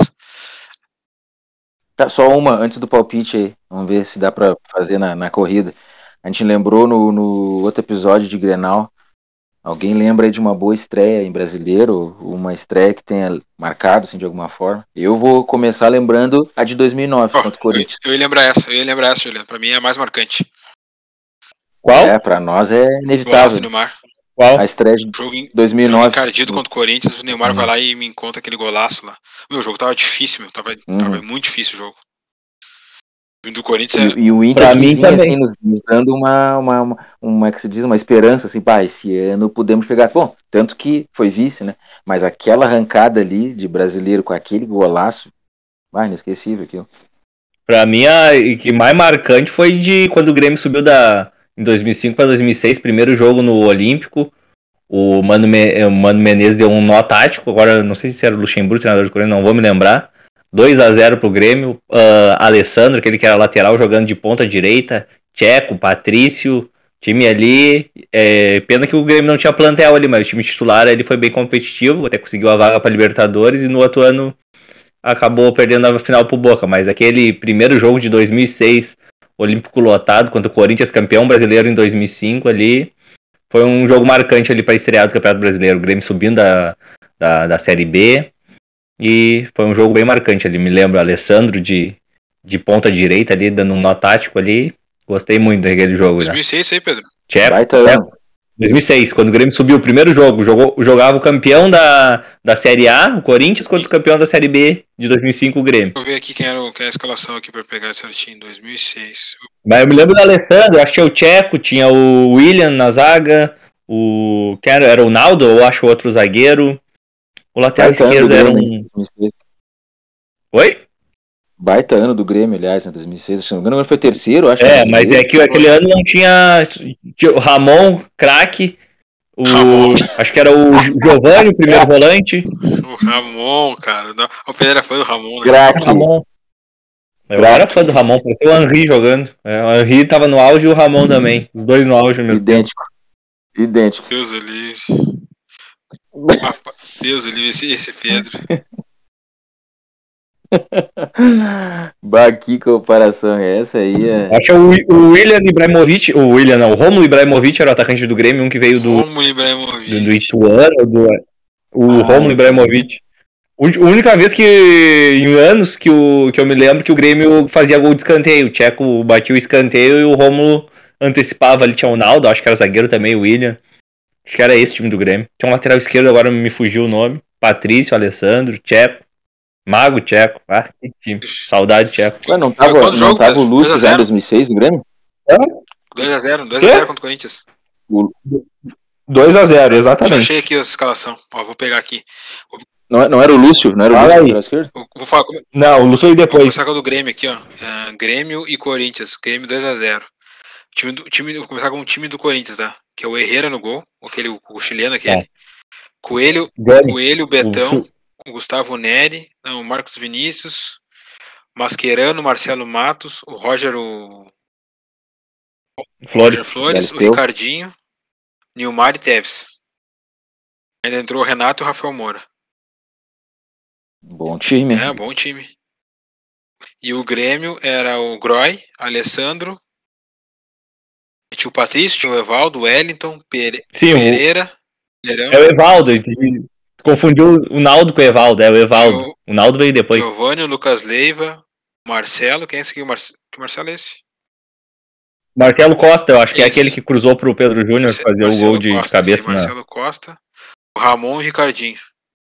Tá, só uma antes do palpite aí. Vamos ver se dá pra fazer na, na corrida. A gente lembrou no, no outro episódio de Grenal. Alguém lembra aí de uma boa estreia em brasileiro? Uma estreia que tenha marcado, assim, de alguma forma? Eu vou começar lembrando a de dois mil e nove, oh, contra o Corinthians. Eu, eu ia lembrar essa, eu ia lembrar essa, Juliano. Pra mim é a mais marcante. Qual? É, pra nós é inevitável. Golaço do Neymar. Qual? A estreia de Jogo em, dois mil e jogo nove. encardido contra o Corinthians, o Neymar Hum. vai lá e me encontra aquele golaço lá. Meu, o jogo tava difícil, meu. Tava, Uhum. tava muito difícil o jogo. O do Corinthians é... E, e o Inter Pra que mim vinha também. assim, nos, nos dando uma, uma, uma, uma, que se diz, uma esperança, assim, pá, esse ano podemos pegar. Bom, tanto que foi vice, né? Mas aquela arrancada ali de brasileiro com aquele golaço, vai, inesquecível aquilo. Pra mim, a que mais marcante foi de quando o Grêmio subiu da, em dois mil e cinco para dois mil e seis, primeiro jogo no Olímpico. O Mano, Me, o Mano Menezes deu um nó tático, agora não sei se era o Luxemburgo, treinador do Corinthians, não vou me lembrar. dois a zero pro Grêmio. Uh, Alessandro, aquele que era lateral, jogando de ponta direita. Tcheco, Patrício, time ali. É, pena que o Grêmio não tinha plantel ali, mas o time titular ele foi bem competitivo, até conseguiu a vaga para Libertadores e no outro ano acabou perdendo a final pro Boca. Mas aquele primeiro jogo de dois mil e seis, Olímpico lotado, contra o Corinthians, campeão brasileiro em dois mil e cinco ali. Foi um jogo marcante ali para estrear do Campeonato Brasileiro. O Grêmio subindo da, da, da Série B. E foi um jogo bem marcante ali. Me lembro, Alessandro de, de ponta direita ali, dando um nó tático ali. Gostei muito daquele jogo. dois mil e seis aí, Pedro. Tcheco, Baita ano. dois mil e seis, quando o Grêmio subiu o primeiro jogo. Jogou, jogava o campeão da, da Série A, o Corinthians, contra o campeão da Série B de dois mil e cinco, o Grêmio. Deixa eu ver aqui quem era, o- quem é a escalação aqui pra pegar certinho. dois mil e seis. Mas eu me lembro do Alessandro, acho que tinha o Tcheco, tinha o William na zaga, o. Quem era? Era o Naldo, ou acho outro zagueiro. O lateral Baita ano do esquerdo era Grêmio, um. em dois mil e seis. Oi? Baita ano do Grêmio, aliás, em dois mil e seis. Se não me engano, foi terceiro, acho. É, no mas é brasileiro. que aquele ano não tinha. Tinha o Ramon, craque. O. Ramon. Acho que era o Giovanni, o primeiro volante. O Ramon, cara. Não, o Pedro era fã do Ramon, né? Craque. Ramon. Eu Craque. era fã do Ramon, parecia o Henry jogando. É, o Henry tava no auge e o Ramon também. Os dois no auge mesmo. Idêntico. Idêntico. Deus o livre. Ah, Deus o livre, esse, esse Pedro. Bah, que comparação é essa aí? É... Acho que o, o William Ibrahimovic, o William não, o Romulo Ibrahimovic era o atacante do Grêmio, um que veio do, Romulo Ibrahimovic. do, do Ituano, do, o Ah, Romulo Ibrahimovic. A única vez que, em anos, que, o, que eu me lembro que o Grêmio fazia gol de escanteio. O Tcheco batia o escanteio e o Romulo antecipava ali. Tinha o Naldo, acho que era zagueiro também, o William. Acho que era esse time do Grêmio. Tinha um lateral esquerdo, agora me fugiu o nome. Patrício, Alessandro, Tcheco. Mago Tcheco. Ah, que time. Saudade, Tcheco. Ué, não Mas tava, quando não jogo, tava o Pedro? Lúcio dois a já em zero. dois mil e seis do Grêmio? dois a zero, dois a zero contra o Corinthians. O- dois a zero, Já exatamente. achei aqui a escalação. Ó, vou pegar aqui. Não, é- não era o Lúcio? Não era o Fala Lúcio, aí. lateral esquerdo? Vou, vou falar, vou Não, o Lúcio aí depois. começar com o do Grêmio aqui, ó. É, Grêmio e Corinthians. Grêmio dois a zero. Time do, time, vou começar com o time do Corinthians, tá? Que é o Herrera no gol. Aquele, o, o chileno aquele. É. Coelho, Gani. Coelho, Betão. O- O Gustavo Neri. Não, o Marcos Vinícius. Mascherano, Marcelo Matos. O Roger, o Flores. Roger Flores. O Galisteu. Ricardinho. Nilmar e Teves. Ainda entrou o Renato e o Rafael Moura. Bom time. É, bom time. E o Grêmio era o Groy, Alessandro. Tinha o Patrício, tinha o Evaldo, o Wellington, Pere... Sim, o- Pereira. Pereirão, É o Evaldo. ele Confundiu o Naldo com o Evaldo. É o Evaldo. Gio- O Naldo veio depois. Giovanni, o Lucas Leiva, Marcelo. Quem é esse aqui? O Marce... Que Marcelo é esse? Marcelo Costa, eu acho que é Isso. aquele que cruzou pro Pedro Júnior Marce- fazer o Marcelo gol de, de Costa, esse aí, cabeça na. Marcelo Costa. O Ramon e o Ricardinho.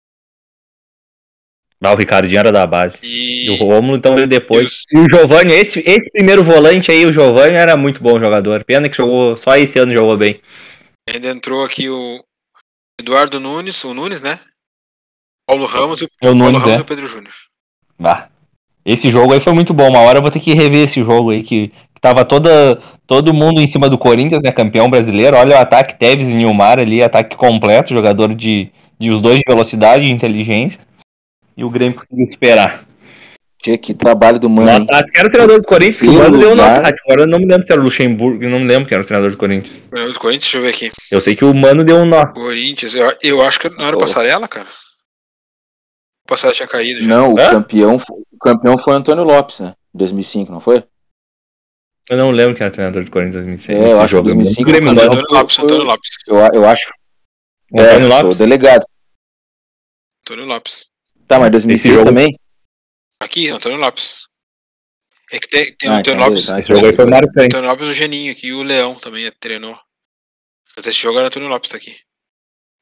Ah, o Ricardinho era da base. E, E o Rômulo então veio depois. E E o Giovanni, esse, esse primeiro volante aí, o Giovanni era muito bom jogador. Pena que jogou, só esse ano jogou bem. ainda entrou aqui o Eduardo Nunes, o Nunes, né? Paulo Ramos e o O Paulo Nunes, Ramos é. e o Pedro Júnior. Ah, esse jogo aí foi muito bom. Uma hora eu vou ter que rever esse jogo aí, que, que tava toda, todo mundo em cima do Corinthians, né? Campeão brasileiro. Olha o ataque Teves e Nilmar ali, ataque completo, jogador de, de os dois de velocidade e inteligência. E o Grêmio conseguiu esperar. Tinha que trabalho do No Mano, hein? ataque era o treinador do Corinthians, que o Terceiro Mano deu no lugar. ataque. Agora eu não me lembro se era o Luxemburgo, eu não me lembro quem era o treinador do Corinthians. O do Corinthians, deixa eu ver aqui. Eu sei que o Mano deu um nó. Corinthians, eu, eu acho que não era o Oh. Passarela, cara. O Passarela tinha caído já. Não, o Hã? campeão, o campeão foi o Antônio Lopes, né? Em dois mil e cinco, não foi? Eu não lembro quem era o treinador do Corinthians em dois mil e seis. É, eu nesse acho que jogo. dois mil e cinco O Grêmio o não. campeão Antônio Lopes, foi- Antônio Lopes. Eu, eu acho. Antônio É, Lopes? sou o delegado. Antônio Lopes. Tá, mas dois mil e seis Esse jogo- também? Aqui, Antônio Lopes. É que tem, tem o Ah, Antônio então Lopes. beleza, Esse jogo aí foi marcante. Antônio Lopes e o Geninho aqui, e o Leão também treinou. Mas esse jogo era Antônio Lopes tá aqui.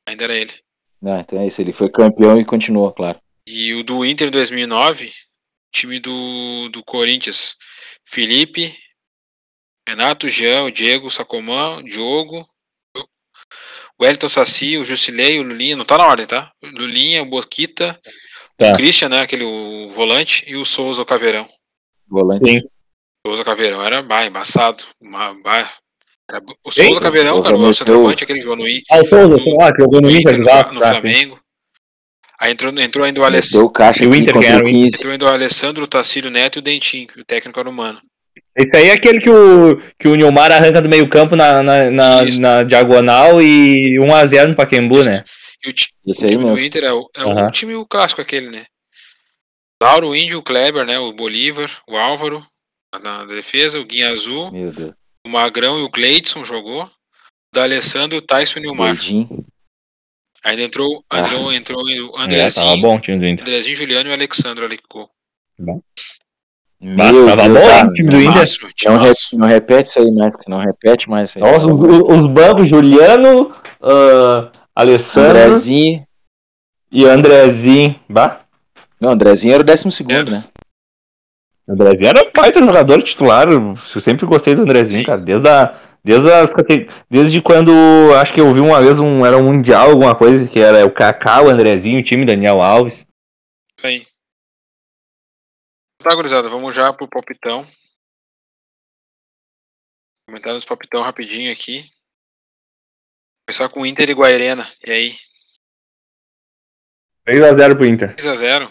Ainda era ele. Não, então é isso, ele foi campeão e continuou, claro. E o do Inter em dois mil e nove, time do, do Corinthians, Felipe, Renato, Jean, o Diego, Sacomã, Diogo, o Wellington Saci, o Jusilei, o Lulinha, não tá na ordem, tá? O Lulinha, o Boquita, Tá. o Christian, né, aquele o volante, e o Souza, o Caveirão. Volante. Sim. Souza Caveirão era bah, embaçado. Uma, bah, era, o Sim, Souza Caveirão, Souza cara, o meteu- centroavante, aquele Joanuí, Ah, o Souza, ah, que jogou no no Inter, Inter, no, exato, no tá, sim. Flamengo. Aí entrou, entrou ainda o Alessandro. Meteu o caixa E o aqui Inter contra ganharam o o Inter. quinze. Entrou ainda o Alessandro, o Tacílio Neto e o Dentinho. O técnico era o Mano. Esse aí é aquele que o, que o Nilmar arranca do meio campo na, na, na, Isso. na diagonal e um a zero no Pacaembu, Isso. né? E o, ti- Esse o aí time do mesmo. Inter é, o, é Aham. o time o clássico aquele, né? Lauro, o Índio, o Kleber, né? O Bolívar, o Álvaro na defesa, o Guinha Azul, Meu Deus. o Magrão e o Gleidson jogou. O D'Alessandro, o Tyson e o Nilmar. Doidinho. Ainda entrou, Ah. entrou, entrou o É, tava Andrezinho, bom o time do Inter. Andrezinho, Juliano e o Alexandre ali que gol. Meu tava Deus. bom, ah, hein, o time do não, Inter. Máximo, Não, re- timaço. não repete isso aí mais, não repete mais isso aí. Nossa, os, os bancos, Juliano, ah, Alessandro Andrezinho. e Andrezinho. Bah, Não, Andrezinho era o décimo segundo, Era. né? o Andrezinho era um baita jogador titular. Eu sempre gostei do Andrezinho, Sim. cara. Desde, a, desde, as, cate- desde quando acho que eu vi uma vez um, era um Mundial, alguma coisa, que era o Kaká, o Andrezinho, o time Daniel Alves. Bem. Tá, gurizada, vamos já pro palpitão. Comentar nos palpitão rapidinho aqui. Começar com o Inter e Guairena. E aí? três a zero pro Inter. três a zero,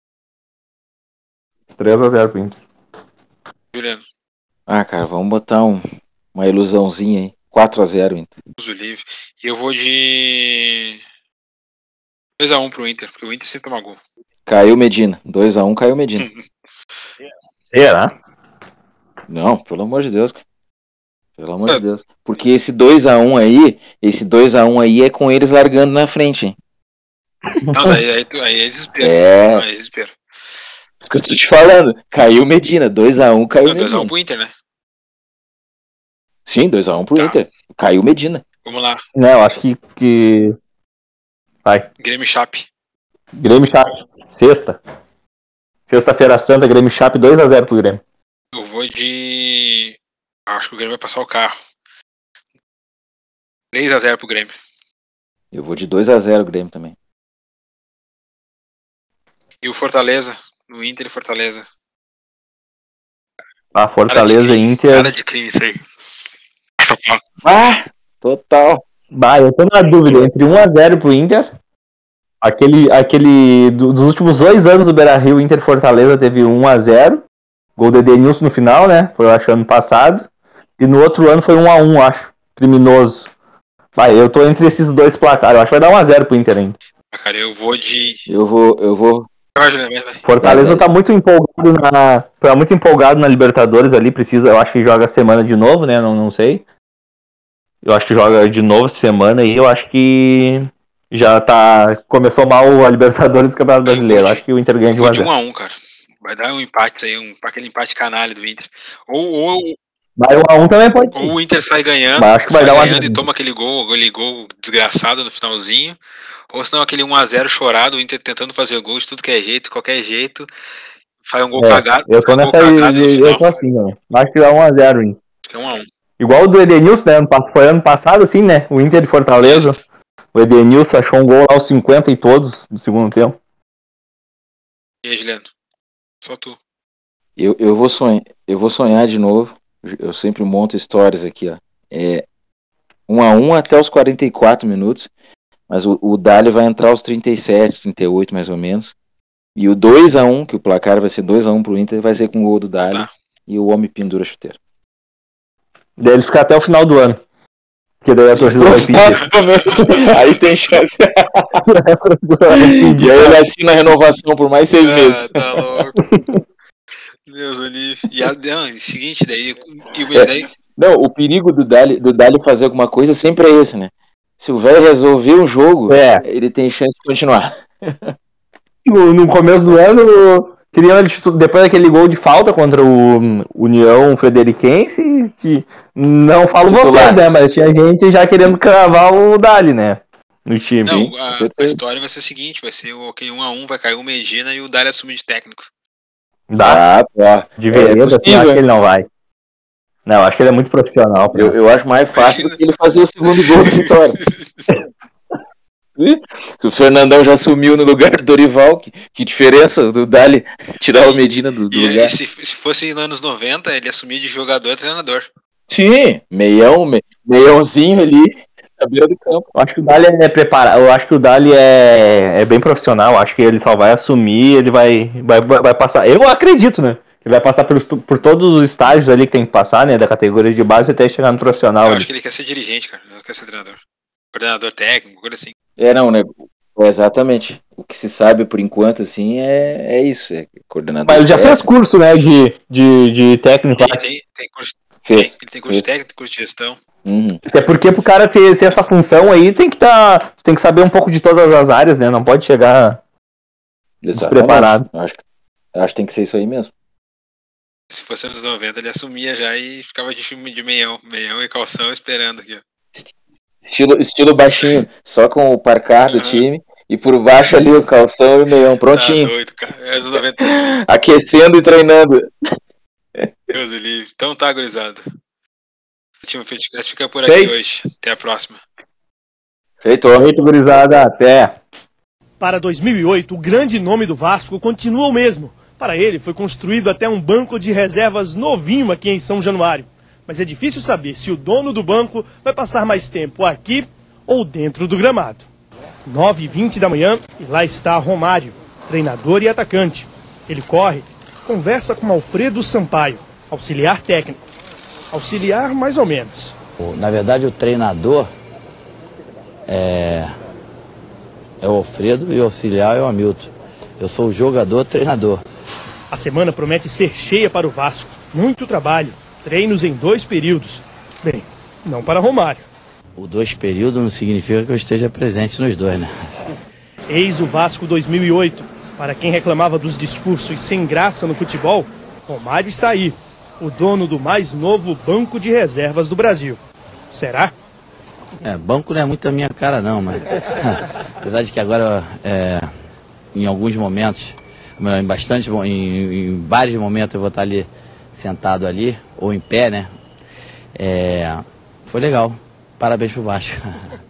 três a zero pro Inter. Juliano. Ah, cara, vamos botar um, uma ilusãozinha aí. quatro a zero, Inter. Uso livre. E eu vou de dois a um pro Inter, porque o Inter sempre toma gol. Caiu Medina. dois a um, caiu Medina. Será? Não, pelo amor de Deus, cara. Pelo amor de Deus. Porque esse dois a um aí, esse dois a um aí é com eles largando na frente, hein? Não, daí aí, tu- aí é desespero. É, Não, é desespero. isso que eu tô te falando. Caiu Medina. dois a um, caiu Não, dois a um Medina. pro Inter, né? Sim, dois a um pro Tá. Inter. Caiu Medina. Vamos lá. Não, eu acho que. que... Vai. Grêmio Chape. Grêmio Chape. Sexta. Sexta-feira Santa, Grêmio Chape dois a zero pro Grêmio. Eu vou de. Acho que o Grêmio vai passar o carro. três a zero pro Grêmio. Eu vou de dois a zero Grêmio também. E o Fortaleza. No Inter e Fortaleza. A Cara de Fortaleza e crime. Inter. Cara de crime isso aí. Ah, total. Bah, eu tô na dúvida entre um a zero pro Inter. Aquele, aquele do- dos últimos dois anos do Beira-Rio, Inter e Fortaleza teve um a zero. Gol do Edenilson no final, né? Foi, eu acho, ano passado. E no outro ano foi um a um, acho. Criminoso. Vai, eu tô entre esses dois placares. Eu acho que vai dar um a zero pro Inter ainda. Cara, eu vou de. Eu vou, eu vou. Vai, Juliano, vai, vai. Fortaleza Vai, vai. tá muito empolgado na. Tá muito empolgado na Libertadores ali. Precisa. Eu acho que joga a semana de novo, né? Não, não sei. Eu acho que joga de novo semana aí. Eu acho que já tá. Começou mal a Libertadores do Campeonato Eu vou Brasileiro. de- Acho que o Inter ganha Eu de vou um a de zero. um a um, cara. Vai dar um empate isso aí, um, aquele empate canalha do Inter. Ou, ou, Mas um a um também pode ou ser. o Inter sai ganhando, Mas acho que vai sai dar um a ganhando zero. e toma aquele gol, aquele gol desgraçado no finalzinho. Ou senão aquele um a zero chorado, o Inter tentando fazer gol de tudo que é jeito, qualquer jeito. Faz um gol É, cagado. eu tô faz um gol nessa. cagado no Eu final. tô assim, ó. Acho que dá um a zero, hein? É um a um. Igual o do Edenilson, né? Ano pass- Foi ano passado, assim, né? O Inter de Fortaleza. Isso. O Edenilson achou um gol lá aos cinquenta e todos no segundo tempo. E aí, Juliano? Só tu. Eu, eu, vou sonhar, eu vou sonhar de novo. Eu sempre monto histórias aqui, ó. É um a um até os quarenta e quatro minutos. Mas o, o Dali vai entrar aos trinta e sete, trinta e oito mais ou menos. E o dois a um, que o placar vai ser dois a um pro Inter, vai ser com o gol do Dali. Tá. E o homem pendura a chuteira. Daí ele fica até o final do ano. Porque daí a torcida vai pedir. Provavelmente. Aí tem chance. E aí ele assina a renovação por mais seis meses. Ah, tá louco. Deus o livre. E a, não, e seguinte, daí. E o É. daí Não, o perigo do Dali, do Dali fazer alguma coisa sempre é esse, né? Se o velho resolver o jogo, É. ele tem chance de continuar. No, no começo do ano, queriam ele titu- depois daquele gol de falta contra o hum, União Frederiquense, que não falo Titular. vocês, né? Mas tinha gente já querendo cravar o Dali, né? no time. Não, a, a história vai ser a seguinte, vai ser o ok, um a um, vai cair o Medina e o Dália assumir de técnico. Dá? Ah, de vereda, é assim, acho que ele não vai. Não, acho que ele é muito profissional. Eu, eu acho mais fácil do que ele fazer o segundo gol da vitória. O Fernandão já sumiu no lugar do Dorival, que, que diferença do Dali tirar o Medina do, do e, lugar. E se, se fosse nos anos noventa, ele assumia de jogador e treinador. Sim, meião, me, meiãozinho ali na beira do campo. Eu acho que o Dali é preparado, eu acho que o Dali é, é bem profissional, eu acho que ele só vai assumir, ele vai, vai, vai passar, eu acredito, né? Ele vai passar por, por todos os estágios ali que tem que passar, né? Da categoria de base até chegar no profissional. Eu ali. acho que ele quer ser dirigente, cara, não quer ser treinador. Coordenador técnico, coisa assim. É, não, né? É, exatamente. O que se sabe por enquanto, assim, é, é isso. É coordenador. Mas ele já técnico. fez curso, né? De, de, de técnico. Tem, tem, tem curso, Fez, tem, ele tem curso fez. de técnico, curso de gestão. Uhum. Até porque pro cara ter, ter essa função aí, tem que tá, tem que saber um pouco de todas as áreas, né? Não pode chegar despreparado. Acho, acho que tem que ser isso aí mesmo. Se fosse anos noventa, ele assumia já e ficava de filme de meião, meião e calção esperando aqui, ó. Estilo, estilo baixinho, só com o parcar do Uhum. time. E por baixo ali o calção e o meião, prontinho. Tá doido, cara. É anos noventa. Aquecendo e treinando. Deus do livre. Então tá, gurizada. O time Fitcast fica por aqui Feito. hoje. Até a próxima. Feito. Feito, gurizada. Até. Para dois mil e oito, o grande nome do Vasco continua o mesmo. Para ele, foi construído até um banco de reservas novinho aqui em São Januário. Mas é difícil saber se o dono do banco vai passar mais tempo aqui ou dentro do gramado. nove e vinte da manhã e lá está Romário, treinador e atacante. Ele corre, conversa com Alfredo Sampaio, auxiliar técnico. Auxiliar mais ou menos. Na verdade, o treinador é, é o Alfredo e o auxiliar é o Hamilton. Eu sou o jogador-treinador. A semana promete ser cheia para o Vasco. Muito trabalho, treinos em dois períodos. Bem, não para Romário. O dois períodos não significa que eu esteja presente nos dois, né? Eis o Vasco dois mil e oito. Para quem reclamava dos discursos sem graça no futebol, Romário está aí, o dono do mais novo banco de reservas do Brasil. Será? É, banco não é muito a minha cara não, mas... A verdade é que agora, é, em alguns momentos, em bastante, em, em vários momentos eu vou estar ali, sentado ali, ou em pé, né? É, foi legal. Parabéns pro Vasco.